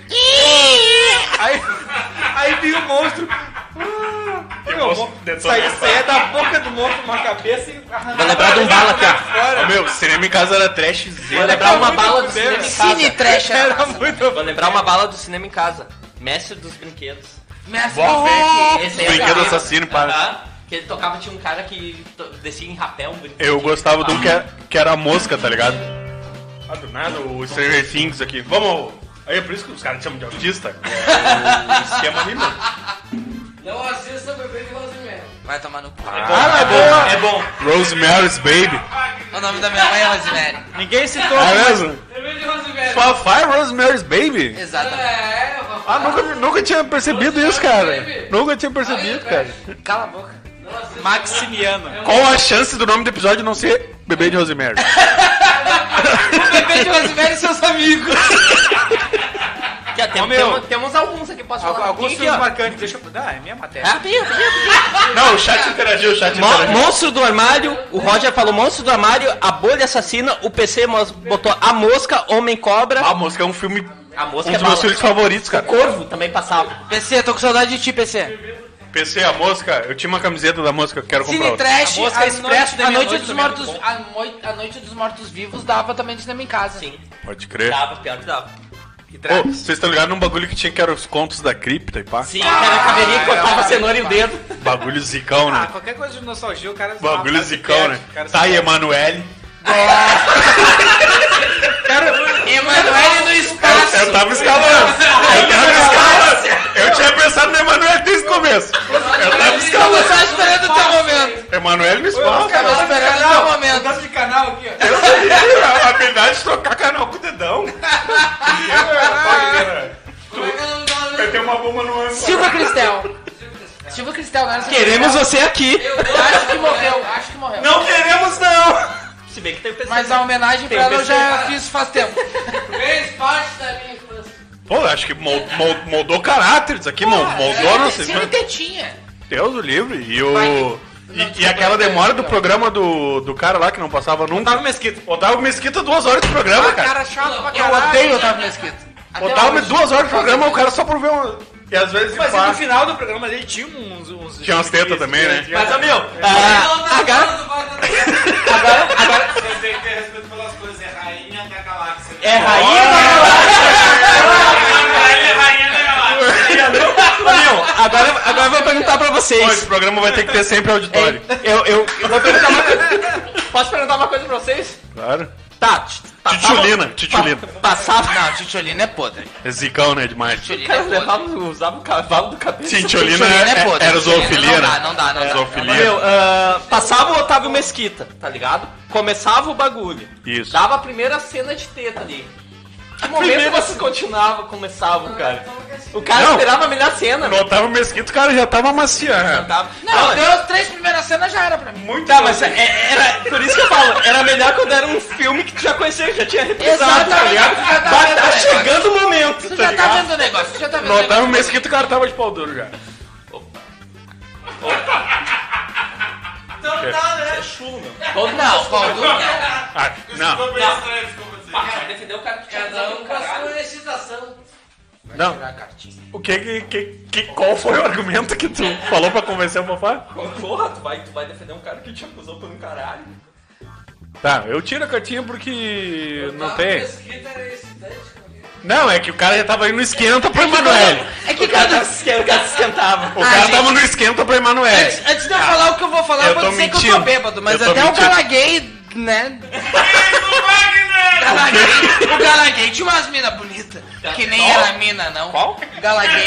[SPEAKER 2] Aí, aí vinha o monstro. Ah,
[SPEAKER 1] E o
[SPEAKER 2] meu,
[SPEAKER 1] monstro
[SPEAKER 2] mo-
[SPEAKER 1] detonava.
[SPEAKER 2] saía, saía da boca do monstro uma cabeça e arrancava.
[SPEAKER 4] Vou lembrar de um bala aqui, ó.
[SPEAKER 1] Ô, meu, Cinema em Casa era trash
[SPEAKER 4] Vou
[SPEAKER 1] zero.
[SPEAKER 4] lembrar uma
[SPEAKER 2] muito
[SPEAKER 4] bala do
[SPEAKER 2] fuder.
[SPEAKER 4] cinema em
[SPEAKER 3] Cine
[SPEAKER 4] casa.
[SPEAKER 3] Trash era
[SPEAKER 2] Era
[SPEAKER 3] massa.
[SPEAKER 2] muito.
[SPEAKER 4] Vou lembrar uma bala do cinema em casa. Mestre dos Brinquedos.
[SPEAKER 3] Mestre
[SPEAKER 1] Boa,
[SPEAKER 3] do Fake.
[SPEAKER 4] Esse aí é
[SPEAKER 1] Brinquedo
[SPEAKER 4] legal.
[SPEAKER 1] assassino, para.
[SPEAKER 4] Aham. Que ele tocava, tinha um cara que to- descia em rapel. Um brinquedo.
[SPEAKER 1] Eu gostava de um que era, que era a mosca, tá ligado? Ah, do nada, o Stranger Things aqui. Vamos. Aí é por isso que os caras chamam de autista. É o esquema ali, mano.
[SPEAKER 5] Não assista Bebê de Rosemary.
[SPEAKER 3] Vai tomar no cu.
[SPEAKER 1] Ah, é boa!
[SPEAKER 4] É bom.
[SPEAKER 1] Rosemary's Baby.
[SPEAKER 3] O nome da minha mãe é Rosemary.
[SPEAKER 2] Ninguém citou.
[SPEAKER 1] É mesmo?
[SPEAKER 5] Bebê de Rosemary.
[SPEAKER 1] Fafá Rosemary's Baby?
[SPEAKER 3] Exatamente.
[SPEAKER 5] É,
[SPEAKER 1] Ah, nunca, nunca tinha percebido isso, cara. Nunca tinha percebido, cara.
[SPEAKER 3] Cala a boca.
[SPEAKER 2] Maximiano.
[SPEAKER 1] Qual a chance do nome do episódio não ser Bebê de Rosemary?
[SPEAKER 3] O bebê de Rosemary e seus amigos.
[SPEAKER 4] Que, ó, tem-
[SPEAKER 2] Ô, meu.
[SPEAKER 4] temos, temos alguns aqui, posso
[SPEAKER 2] Al-
[SPEAKER 4] falar?
[SPEAKER 2] Alguns
[SPEAKER 4] Quem aqui,
[SPEAKER 2] filmes
[SPEAKER 4] ó?
[SPEAKER 2] marcantes. Deixa eu. Ah, é minha matéria.
[SPEAKER 4] Ah, pia, pia, pia.
[SPEAKER 1] Não, o chat interagiu, o chat
[SPEAKER 4] Mo-
[SPEAKER 1] interagiu.
[SPEAKER 4] Monstro do Armário, o Roger falou Monstro do Armário, A Bolha Assassina, o P C mos- botou A Mosca, Homem Cobra,
[SPEAKER 1] A mosca é um filme.
[SPEAKER 4] A Mosca
[SPEAKER 1] Um
[SPEAKER 4] é
[SPEAKER 1] dos meus
[SPEAKER 4] bala.
[SPEAKER 1] filmes favoritos, cara.
[SPEAKER 4] Corvo também passava.
[SPEAKER 3] P C, tô com saudade de ti, P C.
[SPEAKER 1] P C, a mosca, eu tinha uma camiseta da mosca, eu quero comprar
[SPEAKER 3] Cine
[SPEAKER 1] outra.
[SPEAKER 3] Trash,
[SPEAKER 2] A Mosca
[SPEAKER 3] a,
[SPEAKER 2] Expresso
[SPEAKER 3] noite,
[SPEAKER 2] da
[SPEAKER 3] a,
[SPEAKER 2] Meia-Noite
[SPEAKER 3] noite dos
[SPEAKER 2] também é
[SPEAKER 3] mortos,
[SPEAKER 2] muito bom.
[SPEAKER 3] a, moi- a Noite dos Mortos Vivos dava também no cinema em casa.
[SPEAKER 4] Sim,
[SPEAKER 1] Pode crer.
[SPEAKER 4] dava, pior que dava.
[SPEAKER 1] Ô, vocês estão ligados num bagulho que tinha que era os contos da cripta e pá?
[SPEAKER 4] Sim, que era a caveirinha que cortava a cenoura e o dedo.
[SPEAKER 1] Bagulho zicão,
[SPEAKER 2] Ah,
[SPEAKER 1] né?
[SPEAKER 2] qualquer coisa de nostalgia, o cara.
[SPEAKER 1] Bagulho
[SPEAKER 2] se
[SPEAKER 1] zicão,
[SPEAKER 2] perde,
[SPEAKER 1] né?
[SPEAKER 2] o cara se
[SPEAKER 1] Tá aí,
[SPEAKER 2] perde.
[SPEAKER 1] Emanuele.
[SPEAKER 3] Emanuele no espaço.
[SPEAKER 1] Eu tava escalando. Eu tava escalando. Eu tinha pensado no Emanuele desde o começo. Eu tava
[SPEAKER 3] Eu
[SPEAKER 1] escalando.
[SPEAKER 3] tava esperando o teu momento.
[SPEAKER 1] Emanuele no espaço.
[SPEAKER 3] Tava esperando o teu momento.
[SPEAKER 2] Mudança de canal aqui, ó.
[SPEAKER 1] Eu sabia a habilidade de trocar canal com o dedão. Eu tenho uma bomba no ângulo.
[SPEAKER 3] Silva Cristel. Silva Cristel, não era Silva
[SPEAKER 4] Queremos você aqui.
[SPEAKER 3] Cristel. Acho que morreu, acho que morreu.
[SPEAKER 4] Não queremos, não. Se bem que tem o P C.
[SPEAKER 3] Mas a homenagem pra
[SPEAKER 4] Tem
[SPEAKER 3] ela eu
[SPEAKER 4] P C.
[SPEAKER 3] já fiz faz tempo.
[SPEAKER 5] Fez parte da minha infância.
[SPEAKER 1] Pô, acho que mol- mol- moldou caráteres aqui, mol- moldou, não sei.
[SPEAKER 3] Cine Tetinha.
[SPEAKER 1] Deus o livre. E o. E, e aquela demora do programa do, do cara lá que não passava nunca.
[SPEAKER 2] Otávio Mesquita.
[SPEAKER 1] Otávio Mesquita, duas horas de programa,
[SPEAKER 3] Ah,
[SPEAKER 1] cara.
[SPEAKER 3] cara chato pra Eu caralho. odeio o Otávio Mesquita. Até
[SPEAKER 1] Otávio,
[SPEAKER 3] hoje.
[SPEAKER 1] duas horas de programa, o cara só por ver uma. E às vezes
[SPEAKER 2] Mas e
[SPEAKER 1] passa-
[SPEAKER 2] no final do programa ele tinha uns... uns
[SPEAKER 1] Tinha umas tetas também, né?
[SPEAKER 4] Mas, ô, meu,
[SPEAKER 5] Não,
[SPEAKER 4] ah,
[SPEAKER 5] não,
[SPEAKER 4] agora,
[SPEAKER 5] não, não, não.
[SPEAKER 4] agora, agora,
[SPEAKER 6] Vocês têm que ter respeito pelas coisas, é rainha da galáxia.
[SPEAKER 4] é rainha da
[SPEAKER 6] Rainha, rainha da galáxia.
[SPEAKER 4] Ô, meu, agora, agora eu vou perguntar pra
[SPEAKER 1] Pô,
[SPEAKER 4] vocês.
[SPEAKER 1] esse programa vai ter que ter sempre auditório.
[SPEAKER 4] Eu, eu, eu vou perguntar uma coisa. Posso perguntar uma coisa pra vocês?
[SPEAKER 1] Claro.
[SPEAKER 4] Tá, t- passava-
[SPEAKER 1] Tchutchulina, tchutchulina.
[SPEAKER 4] pa- Passava.
[SPEAKER 3] Não, Titiolina é podre.
[SPEAKER 1] É zicão, né? Demais.
[SPEAKER 4] O
[SPEAKER 3] Titiolina
[SPEAKER 4] cara
[SPEAKER 3] é podre.
[SPEAKER 4] levava, usava o cavalo do cabelo.
[SPEAKER 1] Tchutchulina
[SPEAKER 3] Titiolina é
[SPEAKER 1] é-
[SPEAKER 3] podre.
[SPEAKER 1] era zoofilia,
[SPEAKER 3] Não dá,
[SPEAKER 1] né?
[SPEAKER 3] não dá, não dá.
[SPEAKER 1] Zoofilia.
[SPEAKER 4] Meu, ah, passava o Otávio Mesquita, tá ligado? Começava o bagulho.
[SPEAKER 1] Isso.
[SPEAKER 4] Dava a primeira cena de teta ali. Que momento vocês continuavam, começavam, cara? O cara
[SPEAKER 1] Não.
[SPEAKER 4] esperava a melhor cena,
[SPEAKER 1] No
[SPEAKER 4] meu.
[SPEAKER 1] Otávio Mesquita, o cara já tava maciando.
[SPEAKER 4] Tava-
[SPEAKER 3] Não, deu as três primeiras cenas já era pra mim.
[SPEAKER 1] Muito
[SPEAKER 4] Tá, mas é- era, por isso que eu falo, era melhor quando era um filme que tu já conhecia, já tinha reprisado, tá
[SPEAKER 3] Exatamente,
[SPEAKER 4] ligado?
[SPEAKER 3] tu já tá
[SPEAKER 4] Mas
[SPEAKER 3] vendo
[SPEAKER 4] tá
[SPEAKER 3] o
[SPEAKER 4] chegando o momento,
[SPEAKER 3] Tu
[SPEAKER 4] tá
[SPEAKER 3] já tá
[SPEAKER 4] ligado?
[SPEAKER 3] vendo o negócio, tu já tá vendo
[SPEAKER 1] No
[SPEAKER 3] o
[SPEAKER 1] Otávio
[SPEAKER 3] negócio.
[SPEAKER 1] Mesquita, o cara tava de pau duro já.
[SPEAKER 6] Então tá, né?
[SPEAKER 4] Chulo, meu. Todo mundo
[SPEAKER 3] Não, pau duro não.
[SPEAKER 1] Ah, não,
[SPEAKER 6] Ficou bem estranho, desculpa dizer.
[SPEAKER 4] Pá, defendeu o cara que tinha
[SPEAKER 5] Cada
[SPEAKER 4] usado
[SPEAKER 5] um
[SPEAKER 4] um
[SPEAKER 5] com a
[SPEAKER 4] caralho.
[SPEAKER 5] sua excitação.
[SPEAKER 1] não.
[SPEAKER 3] Tirar a cartinha.
[SPEAKER 1] O que, que, que, que- qual foi o argumento que tu falou pra convencer o Fafá?
[SPEAKER 4] Porra, tu vai, tu vai defender um cara que te acusou por um caralho?
[SPEAKER 1] Tá, eu tiro a cartinha porque não
[SPEAKER 5] Tava
[SPEAKER 1] tem.
[SPEAKER 5] escrito, era excitante, cara.
[SPEAKER 1] Não, é que o cara já tava indo no esquenta pra Emanuele.
[SPEAKER 3] É que
[SPEAKER 4] O cara,
[SPEAKER 3] cada...
[SPEAKER 4] se- o cara se esquentava.
[SPEAKER 1] O
[SPEAKER 3] Ah,
[SPEAKER 1] cara
[SPEAKER 3] gente.
[SPEAKER 1] tava no esquenta pra Emanuele.
[SPEAKER 3] Antes, antes de eu falar o que eu vou falar,
[SPEAKER 1] Eu
[SPEAKER 3] eu vou
[SPEAKER 1] tô
[SPEAKER 3] dizer que eu
[SPEAKER 1] mentindo.
[SPEAKER 3] tô bêbado, mas
[SPEAKER 1] Eu tô
[SPEAKER 3] até
[SPEAKER 1] mentindo.
[SPEAKER 3] o Galaguei, né? Galaguei, o Galaguei tinha umas minas bonitas, que nem era mina, não.
[SPEAKER 4] Qual?
[SPEAKER 3] Galaguei.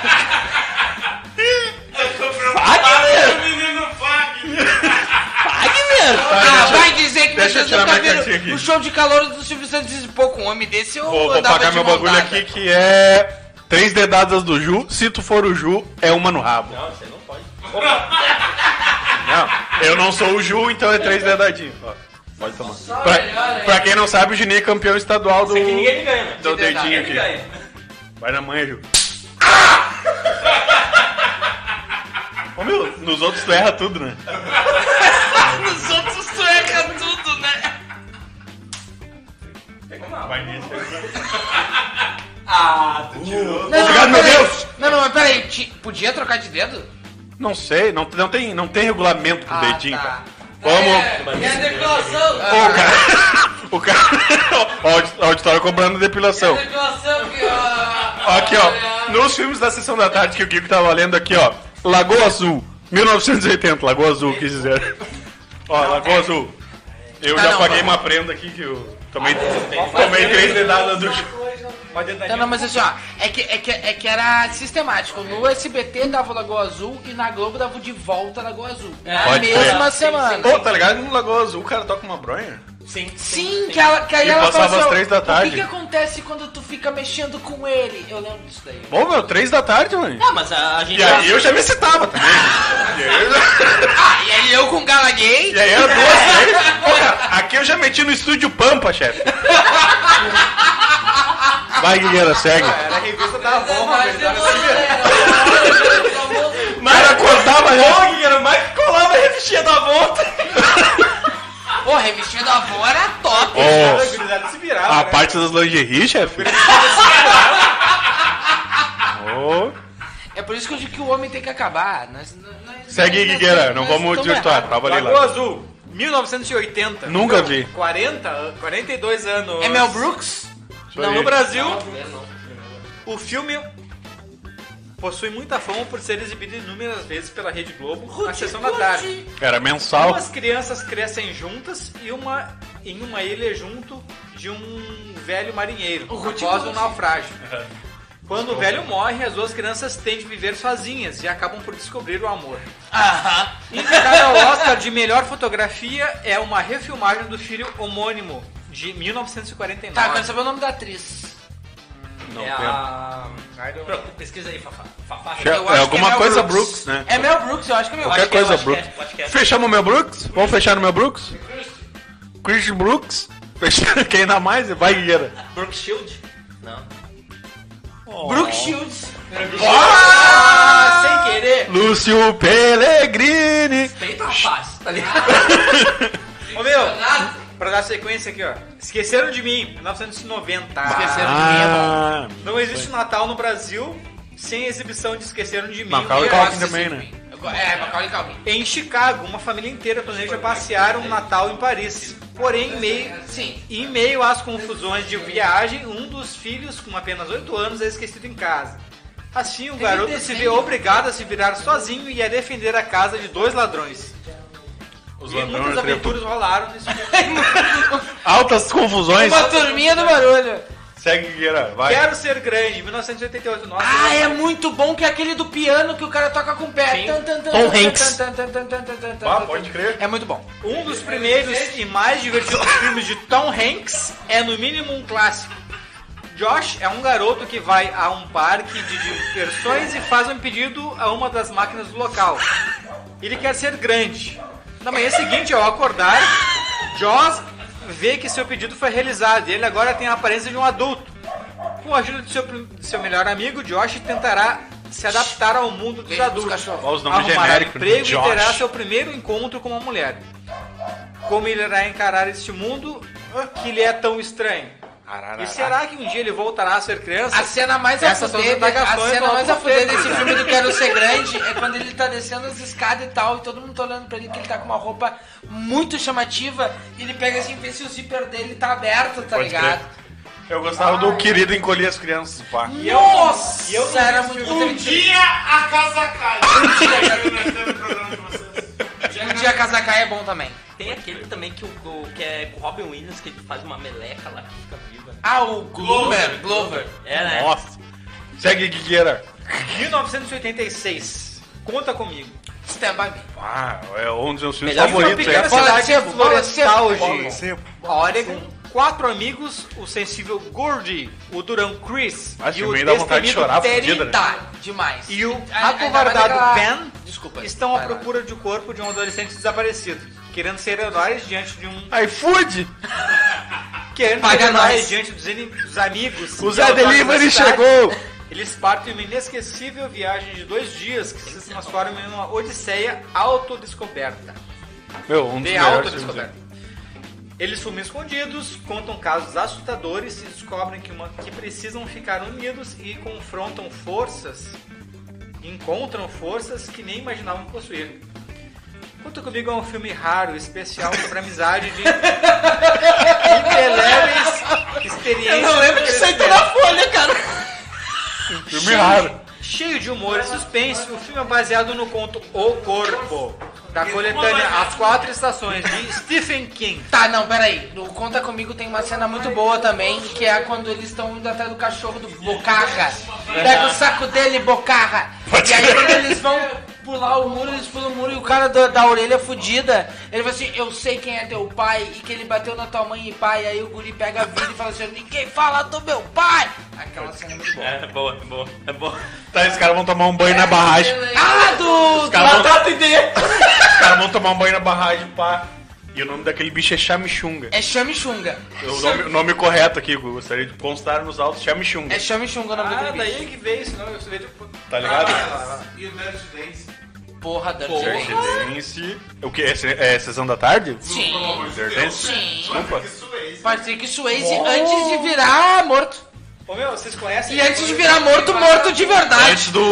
[SPEAKER 6] O menino Fagner.
[SPEAKER 4] Fagner!
[SPEAKER 3] Ah, vai dizer que
[SPEAKER 1] deixa eu
[SPEAKER 3] vocês
[SPEAKER 1] tirar
[SPEAKER 3] nunca
[SPEAKER 1] minha cartinha
[SPEAKER 3] viram
[SPEAKER 1] aqui.
[SPEAKER 3] o show de calor do Silvio Santos e pô, com um homem desse eu
[SPEAKER 1] Vou, vou
[SPEAKER 3] andava
[SPEAKER 1] pagar
[SPEAKER 3] de
[SPEAKER 1] meu
[SPEAKER 3] mão
[SPEAKER 1] bagulho
[SPEAKER 3] dada.
[SPEAKER 1] aqui que é três dedadas do Ju. Se tu for o Ju, é uma no rabo.
[SPEAKER 4] Não, você não pode.
[SPEAKER 1] Não, eu não sou o Ju, então é três dedadinhos. Ó, pode tomar.
[SPEAKER 5] Só
[SPEAKER 1] Pra,
[SPEAKER 5] melhor, hein?
[SPEAKER 1] pra quem não sabe, o Juninho é campeão estadual do,
[SPEAKER 4] Isso aqui ninguém me ganha, né?
[SPEAKER 1] do dedinho
[SPEAKER 4] Ninguém
[SPEAKER 1] aqui.
[SPEAKER 4] me ganha.
[SPEAKER 1] Vai na manha, Ju. Ô meu, nos outros tu erra tudo, né?
[SPEAKER 3] Nos outros tu erra tudo, né?
[SPEAKER 1] Vai nisso.
[SPEAKER 4] Ah, tu tirou.
[SPEAKER 3] Não,
[SPEAKER 1] Obrigado,
[SPEAKER 3] não,
[SPEAKER 1] meu
[SPEAKER 3] peraí.
[SPEAKER 1] Deus.
[SPEAKER 3] Não, não, mas peraí, ti- podia trocar de dedo?
[SPEAKER 1] Não sei, não, não, tem, não tem regulamento pro
[SPEAKER 3] Ah,
[SPEAKER 1] dedinho,
[SPEAKER 3] tá.
[SPEAKER 1] cara. Vamos.
[SPEAKER 5] É, e a depilação?
[SPEAKER 1] Ô, o cara. O cara. Ó, o auditório cobrando depilação.
[SPEAKER 5] A depilação que ó.
[SPEAKER 1] Aqui, ó. Nos filmes da Sessão da Tarde que o Kiko tava lendo aqui, ó. Lagoa Azul. mil novecentos e oitenta, Lagoa Azul, quis dizer. Ó, Lagoa Azul. Eu
[SPEAKER 3] Ah,
[SPEAKER 1] já
[SPEAKER 3] não,
[SPEAKER 1] paguei
[SPEAKER 3] vamos.
[SPEAKER 1] uma prenda aqui que eu tomei, tomei três dedadas do.
[SPEAKER 3] Tá, não, mas assim, ó, é que, é, que, é que era sistemático. No S B T dava o Lagoa Azul e na Globo dava o De Volta Lagoa Azul. Na
[SPEAKER 1] Pode
[SPEAKER 3] mesma
[SPEAKER 1] crer.
[SPEAKER 3] semana.
[SPEAKER 1] Pô, tá ligado? No Lagoa Azul o cara toca uma bronha?
[SPEAKER 4] Sim,
[SPEAKER 3] Sim, que, ela, que aí
[SPEAKER 1] E
[SPEAKER 3] ela
[SPEAKER 1] passava
[SPEAKER 3] fala assim,
[SPEAKER 1] às
[SPEAKER 3] ó,
[SPEAKER 1] três da tarde.
[SPEAKER 3] o que, que acontece quando tu fica mexendo com ele? Eu lembro disso daí.
[SPEAKER 1] Bom, meu, três da tarde, mano.
[SPEAKER 4] Ah, mas a, a gente...
[SPEAKER 1] E aí eu já me excitava também. E aí eu já-
[SPEAKER 3] Ah, e aí eu com Galaguei.
[SPEAKER 1] E aí era duas, três. Porra, aqui eu já meti no estúdio Pampa, chefe. Vai, Guilherme, segue.
[SPEAKER 2] Era a revista da Avon,
[SPEAKER 5] Mas
[SPEAKER 2] velho.
[SPEAKER 1] O cara acordava já.
[SPEAKER 4] Pô, Guilherme, mais que colava a revistinha da volta.
[SPEAKER 3] Pô, a revistinha da avó era top.
[SPEAKER 1] Ó,
[SPEAKER 2] A gurizada se virava,
[SPEAKER 1] a
[SPEAKER 2] né?
[SPEAKER 1] parte das lingerie, chefe. Ô,
[SPEAKER 3] É por isso que eu digo que o homem tem que acabar. Nós, nós,
[SPEAKER 1] segue,
[SPEAKER 3] nós-
[SPEAKER 1] Guigueira,
[SPEAKER 3] nós
[SPEAKER 1] não vamos
[SPEAKER 3] estamos
[SPEAKER 1] desvirtuar.
[SPEAKER 3] errados.
[SPEAKER 1] Tava ali
[SPEAKER 2] Lagoa
[SPEAKER 1] lá.
[SPEAKER 2] Azul, mil novecentos e oitenta.
[SPEAKER 1] Nunca
[SPEAKER 2] Então,
[SPEAKER 1] vi.
[SPEAKER 2] quarenta, an- quarenta e dois anos.
[SPEAKER 3] É Mel Brooks?
[SPEAKER 1] Isso
[SPEAKER 2] Não,
[SPEAKER 1] aí.
[SPEAKER 2] no Brasil, o filme possui muita fama por ser exibido inúmeras vezes pela Rede Globo na sessão da tarde.
[SPEAKER 1] Era mensal.
[SPEAKER 2] Duas crianças crescem juntas e uma em uma ilha junto de um velho marinheiro após um naufrágio. Quando o velho morre, as duas crianças têm de viver sozinhas e acabam por descobrir o amor.
[SPEAKER 3] Aham.
[SPEAKER 2] Indicada ao Oscar de melhor fotografia é uma refilmagem do filme homônimo de mil novecentos e quarenta e nove.
[SPEAKER 3] Tá, eu quero saber o nome da atriz.
[SPEAKER 1] Não
[SPEAKER 4] é
[SPEAKER 1] tem.
[SPEAKER 4] a... Pronto, pesquisa aí, Fafá. Fafá.
[SPEAKER 1] É
[SPEAKER 3] Eu acho que
[SPEAKER 1] alguma
[SPEAKER 3] é Mel
[SPEAKER 1] coisa
[SPEAKER 3] Brooks.
[SPEAKER 1] Brooks, né?
[SPEAKER 3] É Mel Brooks, eu acho que é Mel
[SPEAKER 1] Qualquer
[SPEAKER 4] Acho que é,
[SPEAKER 1] coisa
[SPEAKER 4] acho que é,
[SPEAKER 1] Brooks.
[SPEAKER 4] acho que é.
[SPEAKER 1] Fechamos o meu Brooks? Vamos fechar no meu Brooks? Chris Brooks? Fechando quem ainda mais? Vai, Guilherme.
[SPEAKER 4] Brooke Shield? Não.
[SPEAKER 3] Brooke Shields.
[SPEAKER 2] Ah, sem querer!
[SPEAKER 1] Lúcio Pellegrini.
[SPEAKER 4] Peito rapaz, tá ligado?
[SPEAKER 2] Ô meu, pra dar sequência aqui, ó. Esqueceram de mim, mil novecentos e noventa.
[SPEAKER 3] Esqueceram de mim, é bom.
[SPEAKER 1] Ah,
[SPEAKER 2] Não existe Natal no Brasil sem exibição de Esqueceram de Mim.
[SPEAKER 1] Macaulay
[SPEAKER 2] Eu
[SPEAKER 1] Culkin
[SPEAKER 2] gosto
[SPEAKER 1] também,
[SPEAKER 2] desse
[SPEAKER 1] né?
[SPEAKER 2] filme.
[SPEAKER 3] Eu go- É, Macaulay Culkin.
[SPEAKER 2] Em Chicago, uma família inteira planeja passear um Natal em Paris. Porém, em meio,
[SPEAKER 3] Sim.
[SPEAKER 2] em meio às confusões de viagem, um dos filhos, com apenas oito anos, é esquecido em casa. Assim, o
[SPEAKER 3] Tem
[SPEAKER 2] garoto se
[SPEAKER 3] desenho.
[SPEAKER 2] vê obrigado a se virar sozinho e a defender a casa de dois ladrões.
[SPEAKER 1] Os
[SPEAKER 2] E muitas
[SPEAKER 1] ladrões,
[SPEAKER 2] aventuras rolaram nesse filme.
[SPEAKER 1] altas confusões.
[SPEAKER 3] Uma turminha do barulho.
[SPEAKER 1] Segue, Guilherme, vai.
[SPEAKER 2] Quero Ser Grande, mil novecentos e oitenta e oito. Nossa,
[SPEAKER 3] Ah, é
[SPEAKER 2] eu-
[SPEAKER 3] muito bom que é aquele do piano que o cara toca com o pé.
[SPEAKER 4] Sim.
[SPEAKER 3] Tan, tan, tan,
[SPEAKER 4] Tom
[SPEAKER 3] tan,
[SPEAKER 4] Hanks.
[SPEAKER 3] tan, tan, tan, tan, tan, tan, tan,
[SPEAKER 1] Ah,
[SPEAKER 3] tan.
[SPEAKER 1] pode crer.
[SPEAKER 3] É muito bom.
[SPEAKER 2] Um dos primeiros e mais divertidos filmes de Tom Hanks é no mínimo um clássico. Josh é um garoto que vai a um parque de diversões e faz um pedido a uma das máquinas do local. Ele quer ser grande. Na manhã seguinte, ao acordar, Josh vê que seu pedido foi realizado e ele agora tem a aparência de um adulto. Com a ajuda de seu, de seu melhor amigo, Josh tentará se adaptar ao mundo dos
[SPEAKER 3] Beijo pros
[SPEAKER 2] adultos.
[SPEAKER 3] cachorros.
[SPEAKER 1] Olha os nomes
[SPEAKER 2] Arrumará
[SPEAKER 1] genéricos, né?
[SPEAKER 2] emprego
[SPEAKER 1] Josh.
[SPEAKER 2] e terá seu primeiro encontro com uma mulher. Como ele irá encarar este mundo que lhe é tão estranho? E será que um dia ele voltará a ser criança?
[SPEAKER 3] A cena mais a
[SPEAKER 2] Essas são as
[SPEAKER 3] fuder, a
[SPEAKER 2] indagações
[SPEAKER 3] cena
[SPEAKER 2] do
[SPEAKER 3] mais a
[SPEAKER 2] Alto
[SPEAKER 3] fuder
[SPEAKER 2] Roteiro.
[SPEAKER 3] desse filme do Quero Ser Grande é quando ele tá descendo as escadas e tal, e todo mundo tá olhando pra ele que ele tá com uma roupa muito chamativa, e ele pega assim, vê se o zíper dele tá aberto, tá
[SPEAKER 1] Pode
[SPEAKER 3] ligado?
[SPEAKER 1] crer. Eu gostava do querido encolher as crianças, pá.
[SPEAKER 3] Nossa,
[SPEAKER 2] e eu não
[SPEAKER 3] era
[SPEAKER 2] vi
[SPEAKER 3] muito
[SPEAKER 2] esse
[SPEAKER 6] Um
[SPEAKER 3] divertido.
[SPEAKER 6] dia a casa cai. Um dia nós temos o programa de vocês.
[SPEAKER 3] Um dia Cazacai é bom também.
[SPEAKER 4] Tem aquele também que, o, o- que é com o Robin Williams, que ele faz uma meleca lá que fica viva.
[SPEAKER 3] Ah, o Glover, Glover.
[SPEAKER 4] É, né?
[SPEAKER 1] Nossa. Segue, Guilherme.
[SPEAKER 2] mil novecentos e oitenta e seis. Conta comigo.
[SPEAKER 3] Stand by me.
[SPEAKER 1] Ah, é um dos meus filmes
[SPEAKER 4] Melhor
[SPEAKER 2] Uma
[SPEAKER 1] favoritos.
[SPEAKER 2] pequena
[SPEAKER 1] É.
[SPEAKER 3] Fala
[SPEAKER 2] cidade
[SPEAKER 3] de sebo, fala de
[SPEAKER 2] florestal
[SPEAKER 3] sebo.
[SPEAKER 2] de
[SPEAKER 1] Sebo.
[SPEAKER 2] Oregon. Quatro amigos, o sensível Gordy, o durão Chris
[SPEAKER 1] Mas
[SPEAKER 2] e
[SPEAKER 1] o
[SPEAKER 2] o
[SPEAKER 1] meio dá vontade de
[SPEAKER 2] destemido
[SPEAKER 1] chorar,
[SPEAKER 2] Terry
[SPEAKER 1] fudida, né?
[SPEAKER 3] Tá, demais.
[SPEAKER 2] e o
[SPEAKER 3] Ainda mais
[SPEAKER 2] acovardado
[SPEAKER 3] aquela-
[SPEAKER 2] Ben
[SPEAKER 3] Desculpa.
[SPEAKER 2] estão à
[SPEAKER 3] vai lá.
[SPEAKER 2] procura de um corpo de um adolescente desaparecido, querendo ser heróis diante de um
[SPEAKER 1] iFood!
[SPEAKER 2] querendo
[SPEAKER 3] Paga
[SPEAKER 2] ser heróis
[SPEAKER 3] nós.
[SPEAKER 2] diante dos, ini- dos amigos.
[SPEAKER 1] O
[SPEAKER 2] e
[SPEAKER 1] Zé
[SPEAKER 2] autores da
[SPEAKER 1] Delivery
[SPEAKER 2] cidade.
[SPEAKER 1] chegou!
[SPEAKER 2] Eles partem em uma inesquecível viagem de dois dias que se transforma em uma odisseia autodescoberta.
[SPEAKER 1] Meu, um dos
[SPEAKER 2] De
[SPEAKER 1] melhores
[SPEAKER 2] autodescoberta. Eles fumam escondidos, contam casos assustadores e descobrem que, uma- que precisam ficar unidos e confrontam forças, encontram forças que nem imaginavam possuir. Conta Comigo é um filme raro, especial sobre a amizade de hiperleves experiências.
[SPEAKER 3] Eu não lembro disso aí tá na folha, cara.
[SPEAKER 1] filmes. Filme raro.
[SPEAKER 2] Cheio de humor e suspense, o filme é baseado no conto O Corpo, da coletânea As Quatro Estações, de Stephen King.
[SPEAKER 3] Tá, não, peraí. No Conta Comigo tem uma cena muito boa também, que é quando eles estão indo atrás do cachorro do Bocarra. Pega o saco dele, Bocarra. E aí quando eles vão pular o muro, eles pulam o muro e o cara da, da orelha fudida, ele fala assim, eu sei quem é teu pai e que ele bateu na tua mãe e pai. Aí o guri pega a vida e fala assim, ninguém fala do meu pai. Aquela cena é muito boa.
[SPEAKER 4] É boa, é boa, é boa.
[SPEAKER 1] Tá, esses caras vão tomar um banho na barragem.
[SPEAKER 3] Ah, do...
[SPEAKER 1] Os caras vão,
[SPEAKER 3] Batata ideia.
[SPEAKER 1] os caras vão tomar um banho na barragem, pá. E o nome daquele bicho é Chamichunga.
[SPEAKER 3] É Chamichunga.
[SPEAKER 1] O nome, o nome correto aqui, eu gostaria de constar nos autos, Chamichunga.
[SPEAKER 3] É Chamichunga o nome
[SPEAKER 2] Ah,
[SPEAKER 3] daquele
[SPEAKER 2] daí
[SPEAKER 3] bicho.
[SPEAKER 2] que veio isso, não, eu vejo...
[SPEAKER 1] Tá ligado?
[SPEAKER 6] E o Dirty Dance.
[SPEAKER 3] Porra, Dirty
[SPEAKER 2] Porra.
[SPEAKER 3] Dance.
[SPEAKER 1] Dance. O que? É, se- é sessão da tarde?
[SPEAKER 3] Sim.
[SPEAKER 1] Dirty Dance?
[SPEAKER 3] Sim.
[SPEAKER 1] Desculpa.
[SPEAKER 6] Isso é isso.
[SPEAKER 3] Patrick Swayze antes de virar morto.
[SPEAKER 2] Ô meu, vocês conhecem...
[SPEAKER 3] E antes de virar morto, morto de verdade.
[SPEAKER 1] Antes do...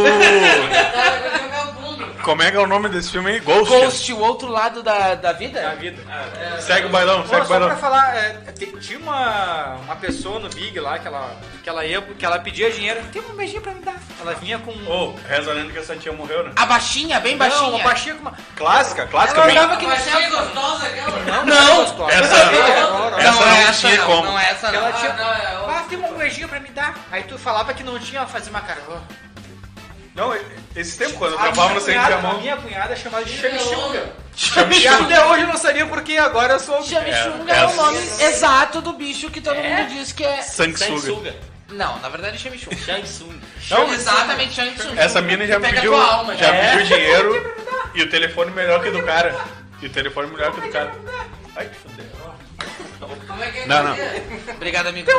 [SPEAKER 1] Como é que é o nome desse filme aí? Ghost.
[SPEAKER 3] Ghost, o outro lado da, da
[SPEAKER 2] Da
[SPEAKER 3] vida?
[SPEAKER 2] vida.
[SPEAKER 1] Segue o bailão,
[SPEAKER 2] Pô,
[SPEAKER 1] segue o
[SPEAKER 2] só pra
[SPEAKER 1] bailão.
[SPEAKER 2] falar, é, te- tinha uma, uma pessoa no Big lá que ela, que ela ia, que ela pedia dinheiro. Tem um beijinho pra me dar. Ela vinha com...
[SPEAKER 1] Ô, reza a lenda que essa tia morreu, né?
[SPEAKER 3] A baixinha, bem
[SPEAKER 2] Não,
[SPEAKER 3] baixinha.
[SPEAKER 2] uma baixinha com uma...
[SPEAKER 1] Clássica, clássica.
[SPEAKER 3] Ela
[SPEAKER 1] bem-
[SPEAKER 3] olhava aqui no
[SPEAKER 5] Baixinha
[SPEAKER 3] centro.
[SPEAKER 5] gostosa aquela.
[SPEAKER 2] Não,
[SPEAKER 3] Não.
[SPEAKER 2] gostosa.
[SPEAKER 1] Essa-
[SPEAKER 2] Não,
[SPEAKER 1] essa
[SPEAKER 3] Não,
[SPEAKER 1] não
[SPEAKER 3] é essa
[SPEAKER 1] tinha
[SPEAKER 3] não,
[SPEAKER 1] como.
[SPEAKER 3] não é essa não.
[SPEAKER 2] Ela
[SPEAKER 5] Ah,
[SPEAKER 2] tinha...
[SPEAKER 5] não, é outra.
[SPEAKER 2] Ah, tem um beijinho pra me dar. Aí tu falava que não tinha, ela fazia uma cara. ó.
[SPEAKER 1] Não, esse tempo, quando eu
[SPEAKER 2] A
[SPEAKER 1] trabalhava
[SPEAKER 2] minha
[SPEAKER 1] no centro de
[SPEAKER 2] cunhada- a
[SPEAKER 1] mão.
[SPEAKER 2] minha cunhada é chamada de chamichunga. E
[SPEAKER 1] Chamichunga.
[SPEAKER 2] até hoje eu não sabia porque agora eu sou...
[SPEAKER 3] Chamichunga
[SPEAKER 1] É,
[SPEAKER 3] é, o
[SPEAKER 1] essa-
[SPEAKER 3] nome exato do bicho que todo mundo diz que é...
[SPEAKER 1] Sanguessuga.
[SPEAKER 4] Sanguessuga.
[SPEAKER 3] Não, na verdade é Chamichunga.
[SPEAKER 4] Shang-Tsung.
[SPEAKER 1] Não,
[SPEAKER 3] Exatamente, Chamichunga.
[SPEAKER 1] essa mina já me
[SPEAKER 3] Pega
[SPEAKER 1] pediu,
[SPEAKER 3] tua alma,
[SPEAKER 1] já
[SPEAKER 3] já.
[SPEAKER 1] pediu dinheiro e o telefone melhor que o do cara. E o telefone melhor que o do cara. Ai, que fuder.
[SPEAKER 5] Como é que é
[SPEAKER 1] Não, não.
[SPEAKER 5] que é?
[SPEAKER 3] Obrigado, amigo.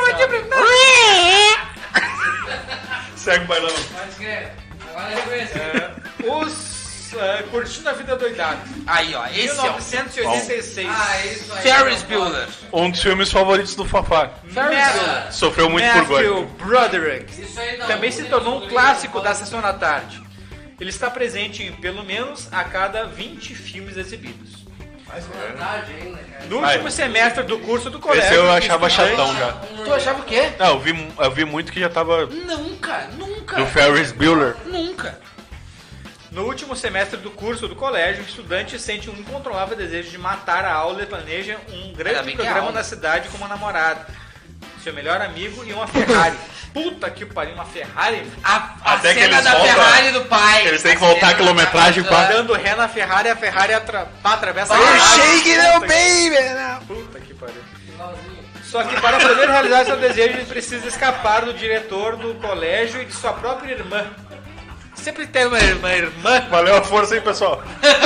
[SPEAKER 1] Segue o bailão.
[SPEAKER 5] Pode crer. Agora eu reconheço.
[SPEAKER 2] Os uh, Curtindo a Vida Doidada.
[SPEAKER 3] Aí, ó, esse
[SPEAKER 2] mil novecentos e oitenta e seis.
[SPEAKER 5] Ah, isso
[SPEAKER 3] é o
[SPEAKER 5] aí.
[SPEAKER 3] Ferris Bueller.
[SPEAKER 1] Um dos filmes favoritos do Fafá.
[SPEAKER 3] Ferris Bueller.
[SPEAKER 1] Sofreu muito por
[SPEAKER 2] Matthew
[SPEAKER 1] gole.
[SPEAKER 2] Broderick.
[SPEAKER 5] Isso aí não.
[SPEAKER 2] Também se tornou um clássico da Sessão da Tarde. Ele está presente em pelo menos a cada vinte filmes exibidos.
[SPEAKER 5] Verdade ainda, cara.
[SPEAKER 2] No
[SPEAKER 1] Vai.
[SPEAKER 2] último semestre do curso do colégio...
[SPEAKER 1] Esse eu achava
[SPEAKER 2] estudante-
[SPEAKER 1] chatão já.
[SPEAKER 3] Tu achava o quê?
[SPEAKER 1] Não, eu vi, eu vi muito que já tava
[SPEAKER 3] Nunca, nunca.
[SPEAKER 1] do Ferris Bueller.
[SPEAKER 3] Nunca.
[SPEAKER 2] No último semestre do curso do colégio, o estudante sente um incontrolável desejo de matar a aula e planeja um
[SPEAKER 3] Ainda
[SPEAKER 2] grande
[SPEAKER 3] bem que é
[SPEAKER 2] programa
[SPEAKER 3] aula.
[SPEAKER 2] na cidade com uma namorada, seu melhor amigo e uma Ferrari. Puta que pariu, uma Ferrari?
[SPEAKER 3] A, a
[SPEAKER 1] Até que
[SPEAKER 3] cena
[SPEAKER 1] eles
[SPEAKER 3] da
[SPEAKER 1] voltam-
[SPEAKER 3] Ferrari do pai.
[SPEAKER 1] eles têm que
[SPEAKER 3] A
[SPEAKER 1] voltar
[SPEAKER 3] cena
[SPEAKER 1] a quilometragem
[SPEAKER 3] da-
[SPEAKER 1] pra-
[SPEAKER 2] Dando ré na Ferrari, a Ferrari atra... pá, atravessa a
[SPEAKER 3] Ah,
[SPEAKER 2] Ferrari.
[SPEAKER 1] shake it
[SPEAKER 2] Puta
[SPEAKER 1] up,
[SPEAKER 2] que-
[SPEAKER 1] baby!
[SPEAKER 2] Puta que pariu. Só que para poder realizar seu desejo, ele precisa escapar do diretor do colégio e de sua própria irmã. Sempre tem uma irmã, irmã.
[SPEAKER 1] Valeu a força aí, pessoal.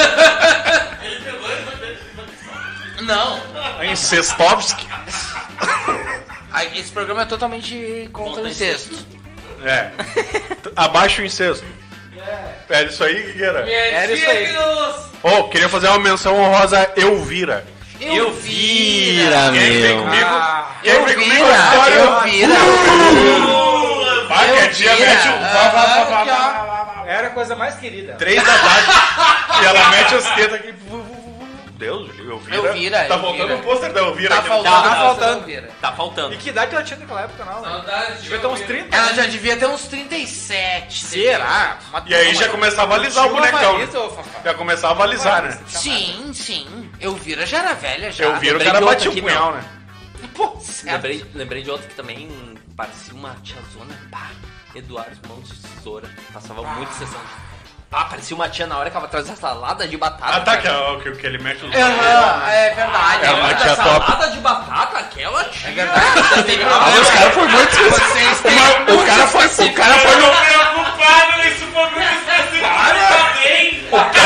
[SPEAKER 3] Não.
[SPEAKER 1] Incestovski.
[SPEAKER 3] Ah, esse programa é totalmente contra o incesto.
[SPEAKER 1] É. Abaixo o incesto. É isso aí, Guigueira.
[SPEAKER 2] Era isso aí.
[SPEAKER 1] Oh, queria fazer uma menção honrosa a Elvira.
[SPEAKER 3] Elvira,
[SPEAKER 1] Quem vem
[SPEAKER 3] meu.
[SPEAKER 1] comigo?
[SPEAKER 2] Ah,
[SPEAKER 1] Quem vem comigo?
[SPEAKER 3] Elvira,
[SPEAKER 1] História.
[SPEAKER 3] Elvira.
[SPEAKER 1] Vai, que a tia mete um... vá, vá, vá, vá, vá, vá, vá.
[SPEAKER 2] Era a coisa mais querida.
[SPEAKER 1] Três da tarde. E ela mete as tetas aqui. Deus, Elvira.
[SPEAKER 3] Elvira,
[SPEAKER 1] Tá
[SPEAKER 3] Elvira.
[SPEAKER 1] faltando um pôster da Elvira
[SPEAKER 3] Tá
[SPEAKER 1] aqui no-
[SPEAKER 3] faltando,
[SPEAKER 2] Tá
[SPEAKER 3] tá
[SPEAKER 2] faltando.
[SPEAKER 3] faltando.
[SPEAKER 4] Tá faltando.
[SPEAKER 2] E que idade ela tinha naquela época, não? Né?
[SPEAKER 5] Saudades de
[SPEAKER 2] Devia ter uns
[SPEAKER 5] ouvir.
[SPEAKER 2] trinta.
[SPEAKER 3] Ela já devia ter uns trinta e sete.
[SPEAKER 2] Será? Uma-
[SPEAKER 1] E aí já começava a alisar o
[SPEAKER 2] Tinha uma
[SPEAKER 1] bonecão.
[SPEAKER 2] Marisa, ô, Fafá.
[SPEAKER 1] Já começava a alisar, né?
[SPEAKER 3] Sim, sim. Elvira já era velha já.
[SPEAKER 1] Elvira, o
[SPEAKER 4] lembrei
[SPEAKER 1] cara
[SPEAKER 4] de outra
[SPEAKER 1] batia o
[SPEAKER 4] aqui,
[SPEAKER 1] punhal,
[SPEAKER 4] meu.
[SPEAKER 1] né?
[SPEAKER 3] Pô, certo.
[SPEAKER 4] Lembrei, lembrei de outra que também parecia uma tiazona. Pá, Eduardo Mãos de Tesoura. Passava muito sessão de... Ah, parecia uma tia na hora que ela trazia salada de batata.
[SPEAKER 1] Ah, tá, que,
[SPEAKER 4] cara.
[SPEAKER 1] é o que, que ele mexe os
[SPEAKER 3] Aham, é verdade.
[SPEAKER 1] É uma
[SPEAKER 3] verdade.
[SPEAKER 1] tia top.
[SPEAKER 4] Salada de batata, aquela tia.
[SPEAKER 3] É verdade. Vocês têm
[SPEAKER 1] Ah,
[SPEAKER 3] problema.
[SPEAKER 1] os caras foi muito
[SPEAKER 3] Vocês têm
[SPEAKER 1] Uma- o
[SPEAKER 3] muito
[SPEAKER 1] cara foi, o
[SPEAKER 3] específico.
[SPEAKER 1] cara foi no,
[SPEAKER 6] Preocupado, isso foi muito específico. Bem.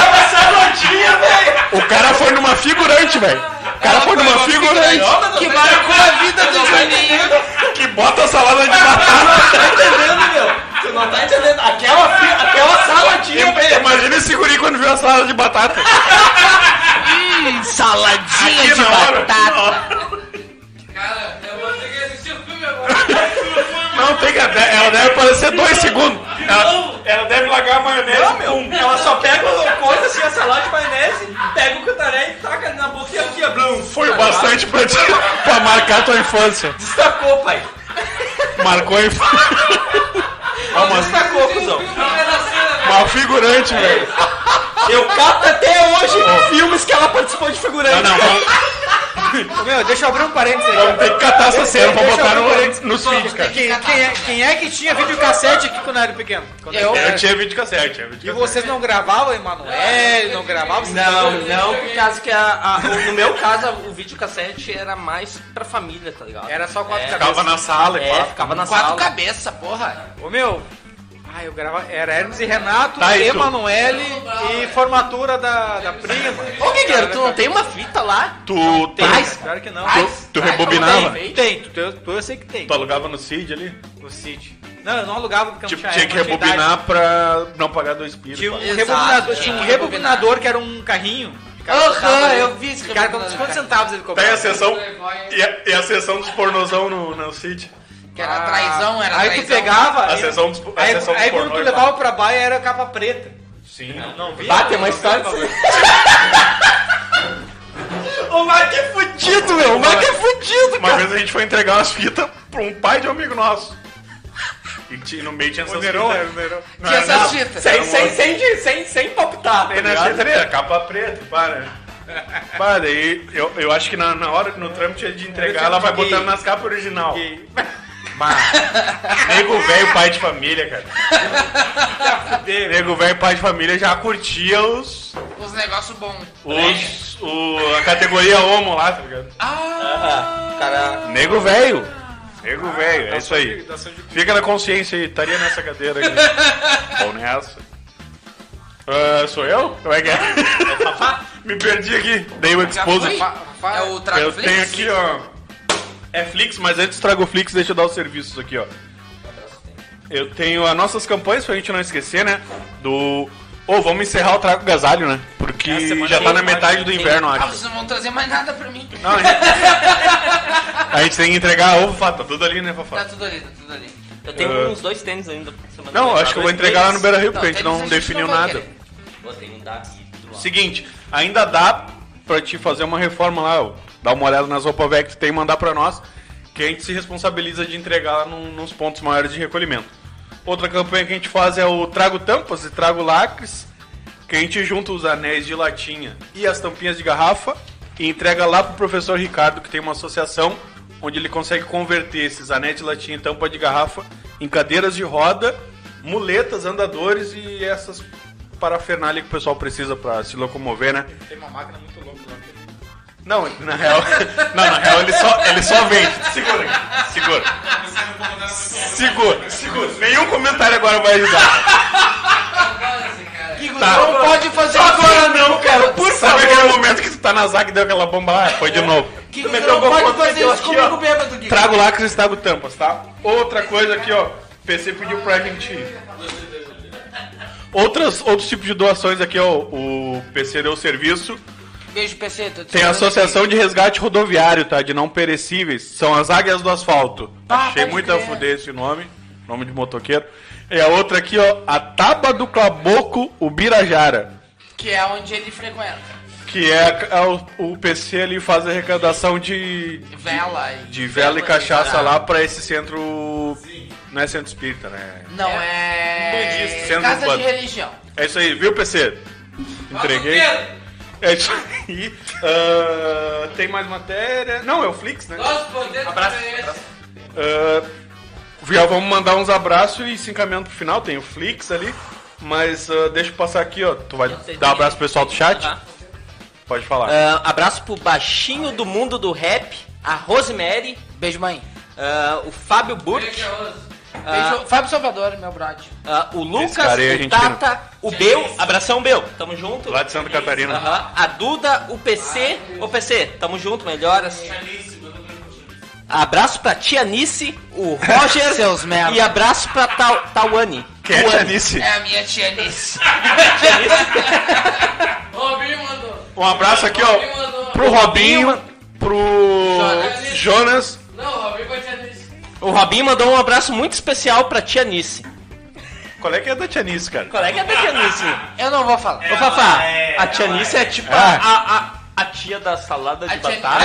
[SPEAKER 1] o cara foi numa figurante, velho. O cara foi numa figurante
[SPEAKER 3] Que marcou a vida do Juninho.
[SPEAKER 1] que bota salada de batata.
[SPEAKER 4] entendendo, meu? Você não tá entendendo? Aquela, fi- aquela saladinha, velho.
[SPEAKER 1] Imagina esse guri quando viu a salada de batata.
[SPEAKER 3] Hum, saladinha
[SPEAKER 1] Aqui
[SPEAKER 3] de
[SPEAKER 1] na hora.
[SPEAKER 3] batata.
[SPEAKER 5] Cara, eu vou ter que assistir o filme agora.
[SPEAKER 1] Não, tem que. Ela deve aparecer dois segundos. Ela, ela deve largar a maionese.
[SPEAKER 2] Não, meu.
[SPEAKER 1] pum.
[SPEAKER 2] Ela só pega o coisa assim, a salada de maionese, pega o cutaré e taca na boca e aqui, blum.
[SPEAKER 1] Foi o bastante pra, te, pra marcar tua infância.
[SPEAKER 2] Destacou, pai.
[SPEAKER 1] Marcou a infância. Ah, uma,
[SPEAKER 2] Destacou, cuzão.
[SPEAKER 1] uma figurante, velho.
[SPEAKER 2] Eu capto até hoje filmes que ela participou de figurante.
[SPEAKER 1] Não, não, vamos,
[SPEAKER 2] Ô, meu, deixa eu abrir um parênteses aí.
[SPEAKER 1] vamos ter que catar essa cena pra
[SPEAKER 2] Deixa eu
[SPEAKER 1] botar
[SPEAKER 2] abrir um parênteses.
[SPEAKER 1] no, nos feeds, cara.
[SPEAKER 2] Quem, quem é, quem é que tinha videocassete aqui quando eu era pequeno? Quando
[SPEAKER 3] Eu.
[SPEAKER 1] Eu tinha videocassete, tinha
[SPEAKER 2] E
[SPEAKER 1] videocassete.
[SPEAKER 2] vocês não gravavam Emanuele, não gravavam...
[SPEAKER 4] Não, não, por causa que a, a- o- no meu caso o videocassete era mais pra família, tá ligado?
[SPEAKER 2] Era só quatro
[SPEAKER 4] É,
[SPEAKER 2] cabeças.
[SPEAKER 1] Ficava na sala e
[SPEAKER 4] É,
[SPEAKER 1] pá.
[SPEAKER 4] ficava na
[SPEAKER 3] Quatro
[SPEAKER 4] sala.
[SPEAKER 3] cabeças, porra.
[SPEAKER 2] Ô, meu... Ah, eu gravava... Era Hermes e Renato,
[SPEAKER 1] Tá, e tu?
[SPEAKER 2] Emanuele e formatura da, da prima.
[SPEAKER 4] Ô, Guigueiro, tu não tem uma fita lá?
[SPEAKER 1] Tu, tu,
[SPEAKER 2] Tem, claro que não.
[SPEAKER 1] tu, tu rebobinava?
[SPEAKER 2] Tem, tem. Tu, tu, tu eu sei que tem.
[SPEAKER 1] Tu alugava no C I D ali?
[SPEAKER 2] O Cid. Não, eu não alugava porque eu
[SPEAKER 1] Tipo,
[SPEAKER 2] não
[SPEAKER 1] tinha
[SPEAKER 2] tinha
[SPEAKER 1] que
[SPEAKER 2] não tinha idade.
[SPEAKER 1] rebobinar pra não pagar dois pilos.
[SPEAKER 2] Tinha um,
[SPEAKER 1] pá.
[SPEAKER 3] Exato,
[SPEAKER 2] rebobinador,
[SPEAKER 3] é.
[SPEAKER 2] tinha um rebobinador que era um carrinho.
[SPEAKER 3] Aham, eu vi esse
[SPEAKER 2] Cara,
[SPEAKER 3] rebobinador.
[SPEAKER 2] quantos centavos ele cobrava?
[SPEAKER 1] Tem a sessão. E a, e a sessão dos pornozão no, no C I D.
[SPEAKER 3] Que era traizão, era
[SPEAKER 2] Aí
[SPEAKER 3] traizão.
[SPEAKER 2] tu pegava...
[SPEAKER 1] A
[SPEAKER 2] aí-
[SPEAKER 1] sessão dos, a
[SPEAKER 2] Aí,
[SPEAKER 1] sessão dos
[SPEAKER 2] aí quando
[SPEAKER 1] pornô
[SPEAKER 2] tu
[SPEAKER 1] e
[SPEAKER 2] levava
[SPEAKER 1] pá.
[SPEAKER 2] pra baia era capa preta.
[SPEAKER 1] Sim.
[SPEAKER 2] Não vi?
[SPEAKER 4] Bate uma história.
[SPEAKER 1] O Mike é fudido, meu. O Mike é fudido, Uma vez a gente foi entregar umas fitas pra um pai de um amigo nosso. E tinha- no meio tinha essas
[SPEAKER 2] Neron,
[SPEAKER 1] fitas.
[SPEAKER 2] era o Neron.
[SPEAKER 1] Não,
[SPEAKER 3] Tinha
[SPEAKER 1] era-
[SPEAKER 3] essas
[SPEAKER 1] não.
[SPEAKER 3] fitas.
[SPEAKER 4] Sem, sem, sem, de- sem, sem palpitar, tá
[SPEAKER 1] Tem na
[SPEAKER 4] ligado?
[SPEAKER 1] fita ali, era capa preta, para. Para, daí eu, eu acho que na, na hora, no trâmite de entregar, ela vai botando nas capas original.
[SPEAKER 2] Gay.
[SPEAKER 1] Nego velho, pai de família, cara. Nego velho, pai de família já curtia os.
[SPEAKER 3] Os negócios bons.
[SPEAKER 1] os o, a categoria homo lá, tá ligado?
[SPEAKER 3] Ah,
[SPEAKER 4] Cara,
[SPEAKER 1] Nego velho. Nego velho, é isso aí. Fica na consciência aí, estaria nessa cadeira aqui. Ou nessa. Ah, sou eu? Como é que é? Me perdi aqui. Dei o
[SPEAKER 3] já
[SPEAKER 1] expose.
[SPEAKER 3] fui. É o
[SPEAKER 1] Eu
[SPEAKER 3] Tragoflix?
[SPEAKER 1] tenho aqui, ó. É Flix, mas antes trago o Flix, deixa eu dar os serviços aqui, ó. Eu tenho as nossas campanhas, pra gente não esquecer, né? Do Ô, vamos encerrar o Trago Agasalho, né? Porque
[SPEAKER 4] Essa semana
[SPEAKER 1] já tá
[SPEAKER 4] tem
[SPEAKER 1] na metade
[SPEAKER 4] mais,
[SPEAKER 1] do
[SPEAKER 4] tem-
[SPEAKER 1] inverno,
[SPEAKER 3] Ah,
[SPEAKER 1] acho.
[SPEAKER 3] vocês não vão trazer mais nada pra mim.
[SPEAKER 1] Não, a, gente... a gente tem que entregar ovo, Fá. Tá tudo ali, né,
[SPEAKER 3] Tá
[SPEAKER 1] Fafá?
[SPEAKER 3] tudo ali, tá tudo ali.
[SPEAKER 4] Eu tenho
[SPEAKER 1] Uh,
[SPEAKER 4] uns dois tênis ainda. Semana
[SPEAKER 1] Não,
[SPEAKER 4] passada,
[SPEAKER 1] acho que eu vou
[SPEAKER 4] dois
[SPEAKER 1] entregar lá no
[SPEAKER 4] tênis.
[SPEAKER 1] Beira Rio, porque a gente
[SPEAKER 3] tênis
[SPEAKER 1] não
[SPEAKER 3] a
[SPEAKER 1] definiu
[SPEAKER 3] não vai
[SPEAKER 1] nada.
[SPEAKER 3] querer.
[SPEAKER 4] Pô, tem um da
[SPEAKER 1] Seguinte, ainda dá pra te fazer uma reforma lá, ó. Dar uma olhada nas roupas velhas que tu tem e mandar pra nós, que a gente se responsabiliza de entregar lá num, nos pontos maiores de recolhimento. Outra campanha que a gente faz é o Trago Tampas e Trago Lacres, que a gente junta os anéis de latinha e as tampinhas de garrafa e entrega lá pro professor Ricardo, que tem uma associação onde ele consegue converter esses anéis de latinha e tampa de garrafa em cadeiras de roda, muletas, andadores e essas parafernália que o pessoal precisa pra se locomover, né?
[SPEAKER 2] Tem uma máquina muito louca lá.
[SPEAKER 1] Não, na real, não, na real ele só, ele só vende. Segura aqui, segura. Segura, segura. Nenhum comentário agora vai ajudar.
[SPEAKER 3] Guigo,
[SPEAKER 1] Tá.
[SPEAKER 3] tu não pode fazer
[SPEAKER 1] Só
[SPEAKER 3] isso.
[SPEAKER 1] agora não, cara. Por Sabe aquele momento que tu tá na zaga e deu aquela bomba? Ah, foi de novo.
[SPEAKER 3] Guigo, tu
[SPEAKER 4] meteu
[SPEAKER 3] não
[SPEAKER 4] alguma
[SPEAKER 3] pode
[SPEAKER 4] coisa,
[SPEAKER 3] fazer
[SPEAKER 4] meteu
[SPEAKER 3] isso
[SPEAKER 4] aqui,
[SPEAKER 3] comigo
[SPEAKER 4] ó.
[SPEAKER 3] bêbado, Guigo.
[SPEAKER 1] Trago lacres e trago tampas, tá? Outra coisa aqui, ó. O P C pediu pra gente. Outras, outros tipos de doações aqui, ó. O P C deu serviço.
[SPEAKER 3] Beijo, P C. Tô te
[SPEAKER 1] Tem a
[SPEAKER 3] esperando
[SPEAKER 1] Associação
[SPEAKER 3] aqui.
[SPEAKER 1] de Resgate Rodoviário, tá? De não perecíveis. São as Águias do Asfalto.
[SPEAKER 3] Ah,
[SPEAKER 1] Achei
[SPEAKER 3] pode
[SPEAKER 1] muito a
[SPEAKER 3] crer.
[SPEAKER 1] fuder esse nome. Nome de motoqueiro. E a outra aqui, ó. A Taba do Caboclo Ubirajara.
[SPEAKER 3] Que é onde ele frequenta.
[SPEAKER 1] Que é, é o, o P C ali faz a arrecadação de,
[SPEAKER 3] Vela e...
[SPEAKER 1] de vela e cachaça lá pra esse centro. Não é centro espírita, né?
[SPEAKER 3] Não, é...
[SPEAKER 1] Budista, sendo
[SPEAKER 3] Casa
[SPEAKER 1] urbano.
[SPEAKER 3] de religião.
[SPEAKER 1] É isso aí, viu, P C? Entreguei. É isso aí. Ah, tem mais matéria. Não, é o Flix, né?
[SPEAKER 5] Nosso poder
[SPEAKER 2] Abraço.
[SPEAKER 1] Ah, já vamos mandar uns abraços e se encaminhando pro final. Tem o Flix ali. Mas ah, deixa eu passar aqui, ó. Tu vai dar um abraço pro pessoal do chat?
[SPEAKER 4] Tá.
[SPEAKER 1] Pode falar.
[SPEAKER 4] Ah, abraço pro baixinho do mundo do rap, a Rosemary,
[SPEAKER 3] Beijo, mãe.
[SPEAKER 4] ah, o Fábio Burke,
[SPEAKER 3] Beijo, Fábio Salvador, meu brother.
[SPEAKER 4] ah, o Lucas,
[SPEAKER 1] cara aí é
[SPEAKER 4] o
[SPEAKER 1] gente
[SPEAKER 4] Tata, o Bel, abração Bel, tamo junto.
[SPEAKER 1] Lá de Santa Catarina.
[SPEAKER 4] Aham. A Duda, o P C, ô P C, tamo junto, melhoras. Abraço pra Tia Nice, o Roger
[SPEAKER 3] Seus merda.
[SPEAKER 4] e abraço pra Ta Tawane.
[SPEAKER 1] Quem é Janice?
[SPEAKER 3] É a minha tia Nice.
[SPEAKER 5] Robinho mandou.
[SPEAKER 1] Um abraço aqui,
[SPEAKER 5] Robinho
[SPEAKER 1] ó.
[SPEAKER 5] mandou.
[SPEAKER 1] Pro Robinho, pro
[SPEAKER 3] Jonas.
[SPEAKER 1] Jonas.
[SPEAKER 5] Não, o Robinho vai ter isso.
[SPEAKER 4] O Robinho mandou um abraço muito especial pra Tia Nice.
[SPEAKER 1] Qual é que é da Tia Nice, cara?
[SPEAKER 4] Qual é que é da Tia Nice?
[SPEAKER 3] Eu não vou falar.
[SPEAKER 4] Ô Fafá, a Tia Nice é tipo a,
[SPEAKER 1] Ah.
[SPEAKER 4] a, a, a tia da salada de
[SPEAKER 3] A tia-
[SPEAKER 4] batata.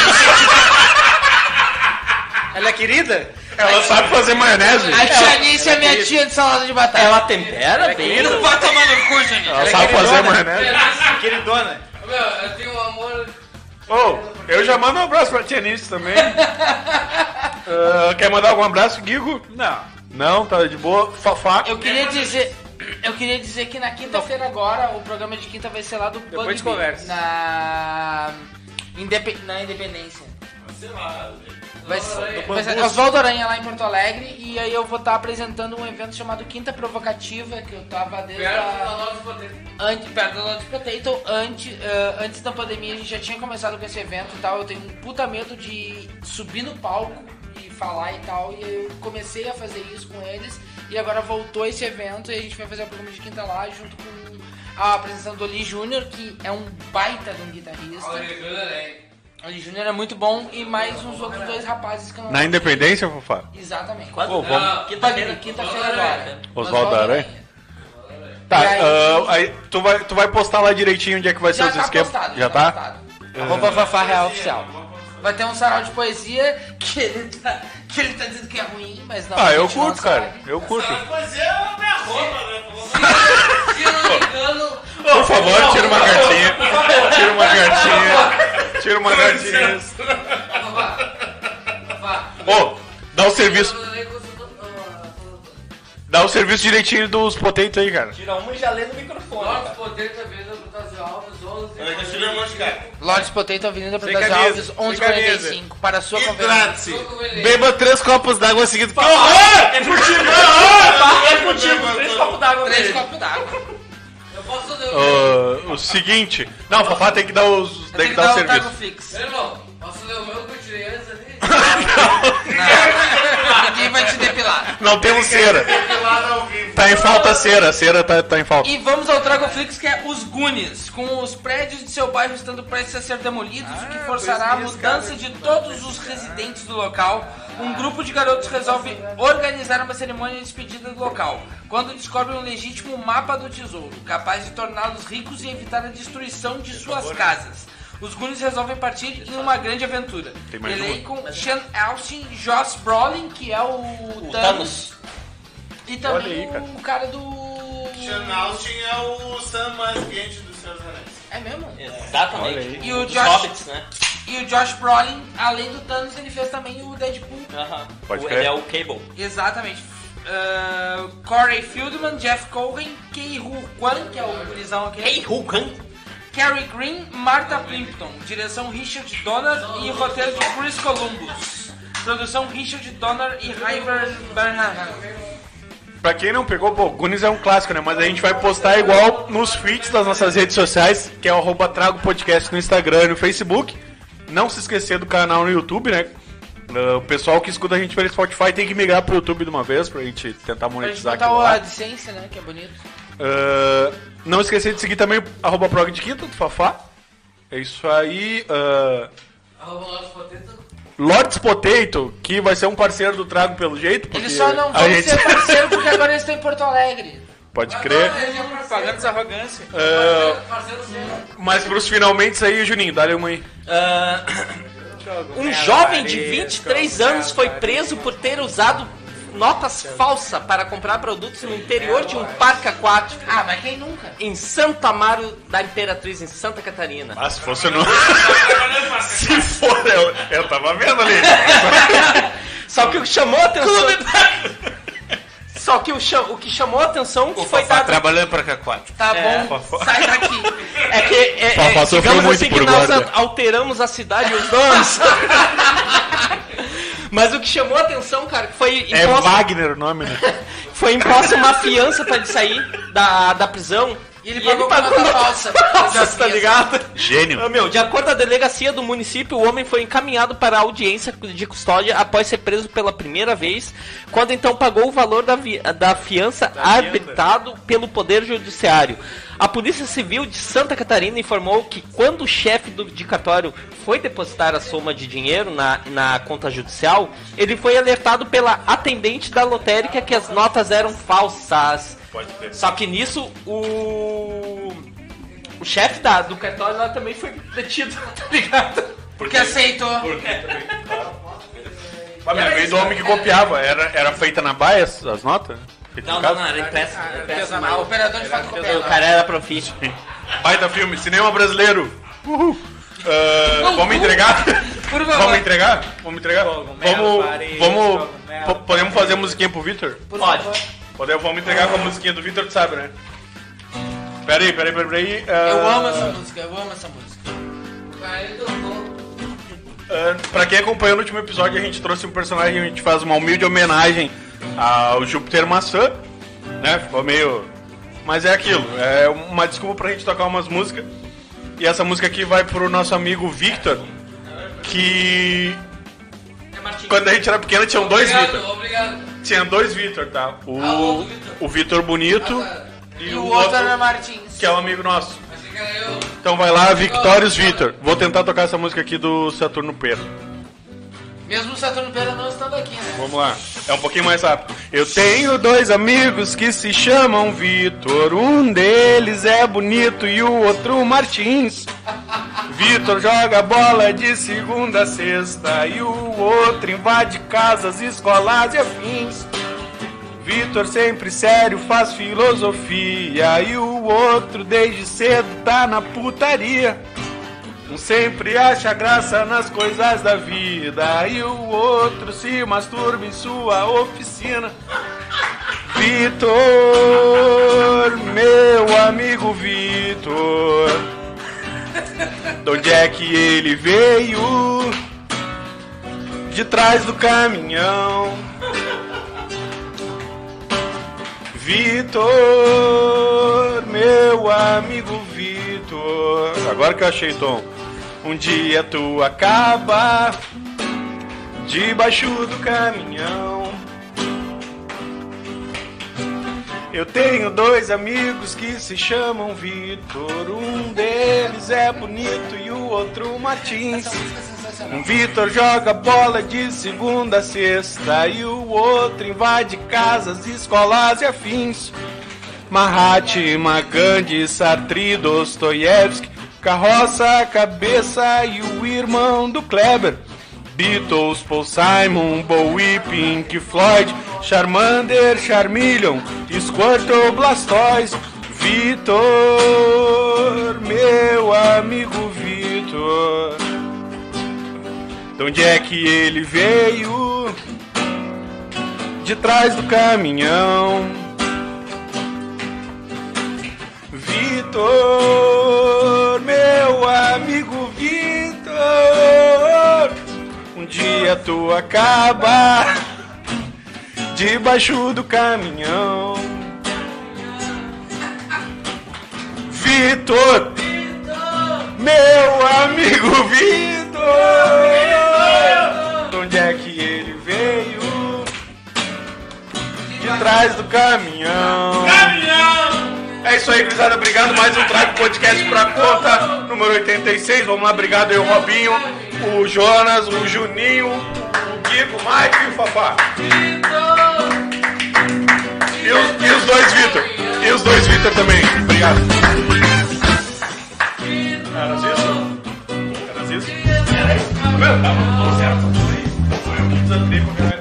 [SPEAKER 2] Ela é querida?
[SPEAKER 1] Ela sabe fazer maionese.
[SPEAKER 3] A tia Nice é minha tia de salada de batata.
[SPEAKER 4] Ela tempera bem.
[SPEAKER 3] Não vai tomar no cu, Janine.
[SPEAKER 1] Ela sabe fazer maionese.
[SPEAKER 2] Queridona.
[SPEAKER 5] Meu, eu tenho um amor.
[SPEAKER 1] Ô, eu já mando um abraço pra Tia Nice também. Ah, quer mandar algum abraço, Guigo?
[SPEAKER 2] Não.
[SPEAKER 1] Não, tá de boa. Fafá.
[SPEAKER 3] Eu queria dizer... Eu queria dizer que na quinta-feira agora, o programa de quinta vai ser lá do
[SPEAKER 2] Depois
[SPEAKER 3] Bugby,
[SPEAKER 2] de conversa.
[SPEAKER 3] Na... Indep... na Independência. Vai ser,
[SPEAKER 2] Do
[SPEAKER 3] vai ser
[SPEAKER 2] Bambuço.
[SPEAKER 3] Oswaldo Aranha lá em Porto Alegre. E aí eu vou estar apresentando um evento chamado Quinta Provocativa, que eu tava desde
[SPEAKER 5] Perto da
[SPEAKER 3] a...
[SPEAKER 5] nossa poder.
[SPEAKER 3] Antes, perto do Lotus Potato, antes, eh, antes da pandemia a gente já tinha começado com esse evento e tal. Eu tenho um puta medo de subir no palco e falar e tal. E eu comecei a fazer isso com eles. E agora voltou esse evento e a gente vai fazer o programa de quinta lá junto com a apresentação do Lee Júnior, que é um baita de um guitarrista. O Lee Júnior é muito bom e mais uns outros dois rapazes que eu não
[SPEAKER 1] Na Independência, Fafá?
[SPEAKER 3] Exatamente.
[SPEAKER 4] Quase
[SPEAKER 1] Pô, vamos.
[SPEAKER 3] Quinta-feira, quinta-feira agora.
[SPEAKER 1] Oswaldo Aranha? Tá,
[SPEAKER 3] E aí-
[SPEAKER 1] ah, aí tu vai, tu vai postar lá direitinho onde é que vai ser
[SPEAKER 3] Já
[SPEAKER 1] os
[SPEAKER 3] tá
[SPEAKER 1] esquemas?
[SPEAKER 3] postado,
[SPEAKER 1] Já
[SPEAKER 3] tá?
[SPEAKER 1] tá?
[SPEAKER 3] postado. Arroba Fafá Real Oficial. Vai ter um sarau de poesia que ele tá, que ele tá dizendo que é ruim, mas não.
[SPEAKER 1] Ah,
[SPEAKER 3] a
[SPEAKER 1] eu
[SPEAKER 3] gente não
[SPEAKER 1] curto, cara.
[SPEAKER 3] sabe.
[SPEAKER 1] Eu curto.
[SPEAKER 6] Mas é minha roupa, né?
[SPEAKER 5] Se eu não me engano,
[SPEAKER 1] Por favor, tira uma cartinha. Tira uma cartinha. Tira uma cartinha. Ô, dá o serviço. Dá o serviço direitinho dos potentes aí, cara.
[SPEAKER 4] Tira uma e já lê no microfone.
[SPEAKER 5] nosso
[SPEAKER 4] cara.
[SPEAKER 5] poder também da Protásio Alves, onze.
[SPEAKER 6] Olha, deixa eu ver um monte de cara.
[SPEAKER 3] Lordes Potato, Avenida
[SPEAKER 6] Sem
[SPEAKER 3] Protásio
[SPEAKER 6] camisa,
[SPEAKER 3] Alves,
[SPEAKER 6] sem
[SPEAKER 3] onze e quarenta e cinco. Para a sua conversa.
[SPEAKER 6] Hidrate-se.
[SPEAKER 1] Beba três copos d'água seguidos. Que
[SPEAKER 6] horror!
[SPEAKER 1] É contigo!
[SPEAKER 6] É contigo.
[SPEAKER 4] Três copos d'água pra
[SPEAKER 3] Três
[SPEAKER 4] ele.
[SPEAKER 3] copos d'água.
[SPEAKER 5] Eu posso ler o meu?
[SPEAKER 1] O seguinte. Não, o Fafá tem que dar os. Tem que dar o serviço.
[SPEAKER 3] fixo.
[SPEAKER 5] Meu irmão, posso ler o meu que eu tirei antes ali?
[SPEAKER 3] Ninguém vai te depilar.
[SPEAKER 1] Não temos cera.
[SPEAKER 6] Pelado ao vivo.
[SPEAKER 1] Tá em falta a cera, a cera tá, tá em falta.
[SPEAKER 3] E vamos ao Tragoflix, que é os Goonies, com os prédios de seu bairro estando prestes a ser demolidos, o que forçará a mudança de todos os residentes do local. Um grupo de garotos resolve organizar uma cerimônia de despedida do local, quando descobrem um legítimo mapa do tesouro, capaz de torná-los ricos e evitar a destruição de suas casas. Os Goonies resolvem partir em uma grande aventura. Ele com Sean Astin, Josh Brolin, que é o, o Thanos, e também
[SPEAKER 1] aí, cara.
[SPEAKER 3] o cara do...
[SPEAKER 6] Sean Austin é o Sam mais quente dos Seus Anéis.
[SPEAKER 3] É mesmo?
[SPEAKER 4] Exatamente.
[SPEAKER 3] E o
[SPEAKER 4] Dos
[SPEAKER 3] Josh-
[SPEAKER 4] Hobbits, né?
[SPEAKER 3] E o Josh Brolin, além do Thanos, ele fez também o Deadpool.
[SPEAKER 4] Aham.
[SPEAKER 1] Pode
[SPEAKER 4] O-
[SPEAKER 1] crer.
[SPEAKER 4] Ele é o Cable.
[SPEAKER 3] Exatamente. Uh, Corey Feldman, Jeff Cohen, Kei-Hu Kwan, que é o gurizão aqui.
[SPEAKER 4] Hey, Hulkan.
[SPEAKER 3] Carrie Green, Martha Plimpton. Direção Richard Donner e roteiro de Chris Columbus. Produção Richard Donner e Iver Bernhardt.
[SPEAKER 1] Pra quem não pegou, pô, Goonies é um clássico, né? Mas a gente vai postar igual nos feeds das nossas redes sociais, que é o arroba Trago Podcast no Instagram e no Facebook. Não se esquecer do canal no YouTube, né? Uh, o pessoal que escuta a gente pelo Spotify tem que migrar pro YouTube de uma vez pra gente tentar
[SPEAKER 3] Pra gente
[SPEAKER 1] monetizar
[SPEAKER 3] botar
[SPEAKER 1] aquilo
[SPEAKER 3] o
[SPEAKER 1] lá.
[SPEAKER 3] AdSense, né? Que é bonito.
[SPEAKER 1] Uh, não esquecer de seguir também o arroba Prog de Quinta, do Fafá. É isso aí. Uh,
[SPEAKER 5] Arroba Lopes Potato.
[SPEAKER 1] Lords Potato, que vai ser um parceiro do Trago pelo jeito. Porque
[SPEAKER 3] Eles só não
[SPEAKER 1] a
[SPEAKER 3] vão
[SPEAKER 1] gente...
[SPEAKER 3] ser parceiro porque agora eles estão em Porto Alegre.
[SPEAKER 1] Pode crer.
[SPEAKER 2] Pagando essa arrogância.
[SPEAKER 1] Uh,
[SPEAKER 5] Parceiro seu.
[SPEAKER 1] mas pros finalmente aí, Juninho, dá-lhe uma aí.
[SPEAKER 4] Ah, um jovem de vinte e três anos foi preso por ter usado notas falsas para comprar produtos no interior de um parque aquático
[SPEAKER 3] Ah, mas quem nunca?
[SPEAKER 4] em Santo Amaro da Imperatriz, em Santa Catarina.
[SPEAKER 1] Ah, se fosse no... se for, eu, eu tava vendo ali.
[SPEAKER 4] Só que o que chamou a atenção... Só que o, cha- o que chamou a atenção que foi dado...
[SPEAKER 7] trabalhando para Caquato.
[SPEAKER 3] Tá
[SPEAKER 4] É.
[SPEAKER 3] bom, sai daqui.
[SPEAKER 4] É que, é,
[SPEAKER 1] Fafá
[SPEAKER 4] é,
[SPEAKER 1] sofreu
[SPEAKER 4] digamos
[SPEAKER 1] muito
[SPEAKER 4] assim,
[SPEAKER 1] por
[SPEAKER 4] que nós
[SPEAKER 1] guarda.
[SPEAKER 4] a- alteramos a cidade e os nomes. Mas o que chamou a atenção, cara, que foi
[SPEAKER 1] É
[SPEAKER 4] imposto,
[SPEAKER 1] Wagner o nome, né?
[SPEAKER 4] foi imposta uma fiança pra ele sair da, da prisão.
[SPEAKER 3] E ele pagou com nota
[SPEAKER 4] nota
[SPEAKER 3] falsa.
[SPEAKER 4] falsa, tá ligado?
[SPEAKER 1] Gênio.
[SPEAKER 4] Ah, meu, de acordo com a delegacia do município, o homem foi encaminhado para a audiência de custódia após ser preso pela primeira vez, quando então pagou o valor da, vi- da fiança arbitrado pelo Poder Judiciário. A Polícia Civil de Santa Catarina informou que quando o chefe do de cartório foi depositar a soma de dinheiro na, na conta judicial, ele foi alertado pela atendente da lotérica que as notas eram falsas.
[SPEAKER 1] Pode ter.
[SPEAKER 4] Só que nisso, o... O chefe da, do cartório lá também foi detido, tá ligado?
[SPEAKER 3] Porque aceitou.
[SPEAKER 1] Ah, mas veio do homem que copiava. Era, era feita na baia as, as notas? Feita
[SPEAKER 4] Não,
[SPEAKER 1] em
[SPEAKER 4] não,
[SPEAKER 1] casa?
[SPEAKER 4] não, era impresso. Era impresso
[SPEAKER 3] O
[SPEAKER 4] mas
[SPEAKER 3] operador de fato
[SPEAKER 4] o
[SPEAKER 3] copiava.
[SPEAKER 4] cara era profissional.
[SPEAKER 1] Baita filme, cinema brasileiro. Uhul. Ah, vamos entregar?
[SPEAKER 3] Por favor.
[SPEAKER 1] Vamos entregar? Vamos entregar?
[SPEAKER 2] Cogumelo,
[SPEAKER 1] Vamos.
[SPEAKER 2] Paris,
[SPEAKER 1] Vamos.
[SPEAKER 2] cogumelo,
[SPEAKER 1] po- Podemos fazer a musiquinha pro Vitor?
[SPEAKER 3] Por
[SPEAKER 4] Pode.
[SPEAKER 3] favor.
[SPEAKER 1] Podemos, vamos entregar com a musiquinha do Vitor, tu sabe, né? Pera aí, pera aí, pera aí. ah,
[SPEAKER 3] Eu amo essa música, eu amo essa música.
[SPEAKER 5] Aí eu vou.
[SPEAKER 1] ah, pra quem acompanhou no último episódio, a gente trouxe um personagem, a gente faz uma humilde homenagem ao Júpiter Maçã, né? Ficou meio... Mas é aquilo, é uma desculpa pra gente tocar umas músicas. E essa música aqui vai pro nosso amigo Victor, que... Quando a gente era pequeno tinham dois
[SPEAKER 5] Obrigado,
[SPEAKER 1] Victor.
[SPEAKER 5] obrigado.
[SPEAKER 1] Tinha dois Victor, tá?
[SPEAKER 5] Ah, o
[SPEAKER 1] O,
[SPEAKER 5] outro Victor.
[SPEAKER 1] o Victor Bonito
[SPEAKER 3] E o outro era Martins.
[SPEAKER 1] que é um amigo nosso.
[SPEAKER 5] Achei que era eu.
[SPEAKER 1] Então vai lá, Victorious Victor. Vou tentar tocar essa música aqui do Saturno Pera.
[SPEAKER 3] Mesmo o Saturno Pera não estando aqui, né?
[SPEAKER 1] Vamos lá. É um pouquinho mais rápido. Eu tenho dois amigos que se chamam Vitor. Um deles é bonito e o outro Martins. Vitor joga bola de segunda a sexta e o outro invade casas, escolas e afins. Vitor sempre sério faz filosofia e o outro desde cedo tá na putaria. Um sempre acha graça nas coisas da vida e o outro se masturba em sua oficina. Vitor, meu amigo Vitor, de onde é que ele veio? De trás do caminhão. Vitor, meu amigo Vitor. Agora que eu achei, Tom. Um dia tu acaba debaixo do caminhão. Eu tenho dois amigos que se chamam Vitor. Um deles é bonito e o outro Martins. Um Vitor joga bola de segunda a sexta e o outro invade casas, escolas e afins. Mahatma Gandhi, Sartre, Dostoiévski, Carroça, Cabeça e o irmão do Kleber. Beatles, Paul Simon, Bowie, Pink Floyd, Charmander, Charmeleon, Squirtle, Blastoise. Vitor, meu amigo Vitor. De onde é que ele veio? De trás do caminhão. Vitor, meu amigo Vitor. Um dia tu acaba debaixo do caminhão. Vitor, meu amigo Vitor. De onde é que ele veio? De trás do caminhão. É isso aí, gurizada. Obrigado. Mais um Trago Podcast pra conta número oitenta e seis. Vamos lá, obrigado aí o Robinho, o Jonas, o Juninho, o Guigo, o Mike e o Fafá. E os, e os dois Vitor. E os dois Vitor também. Obrigado. Eras isso? Eras isso? Era isso? Meu, tava tudo certo. Foi eu que desafiei pra galera.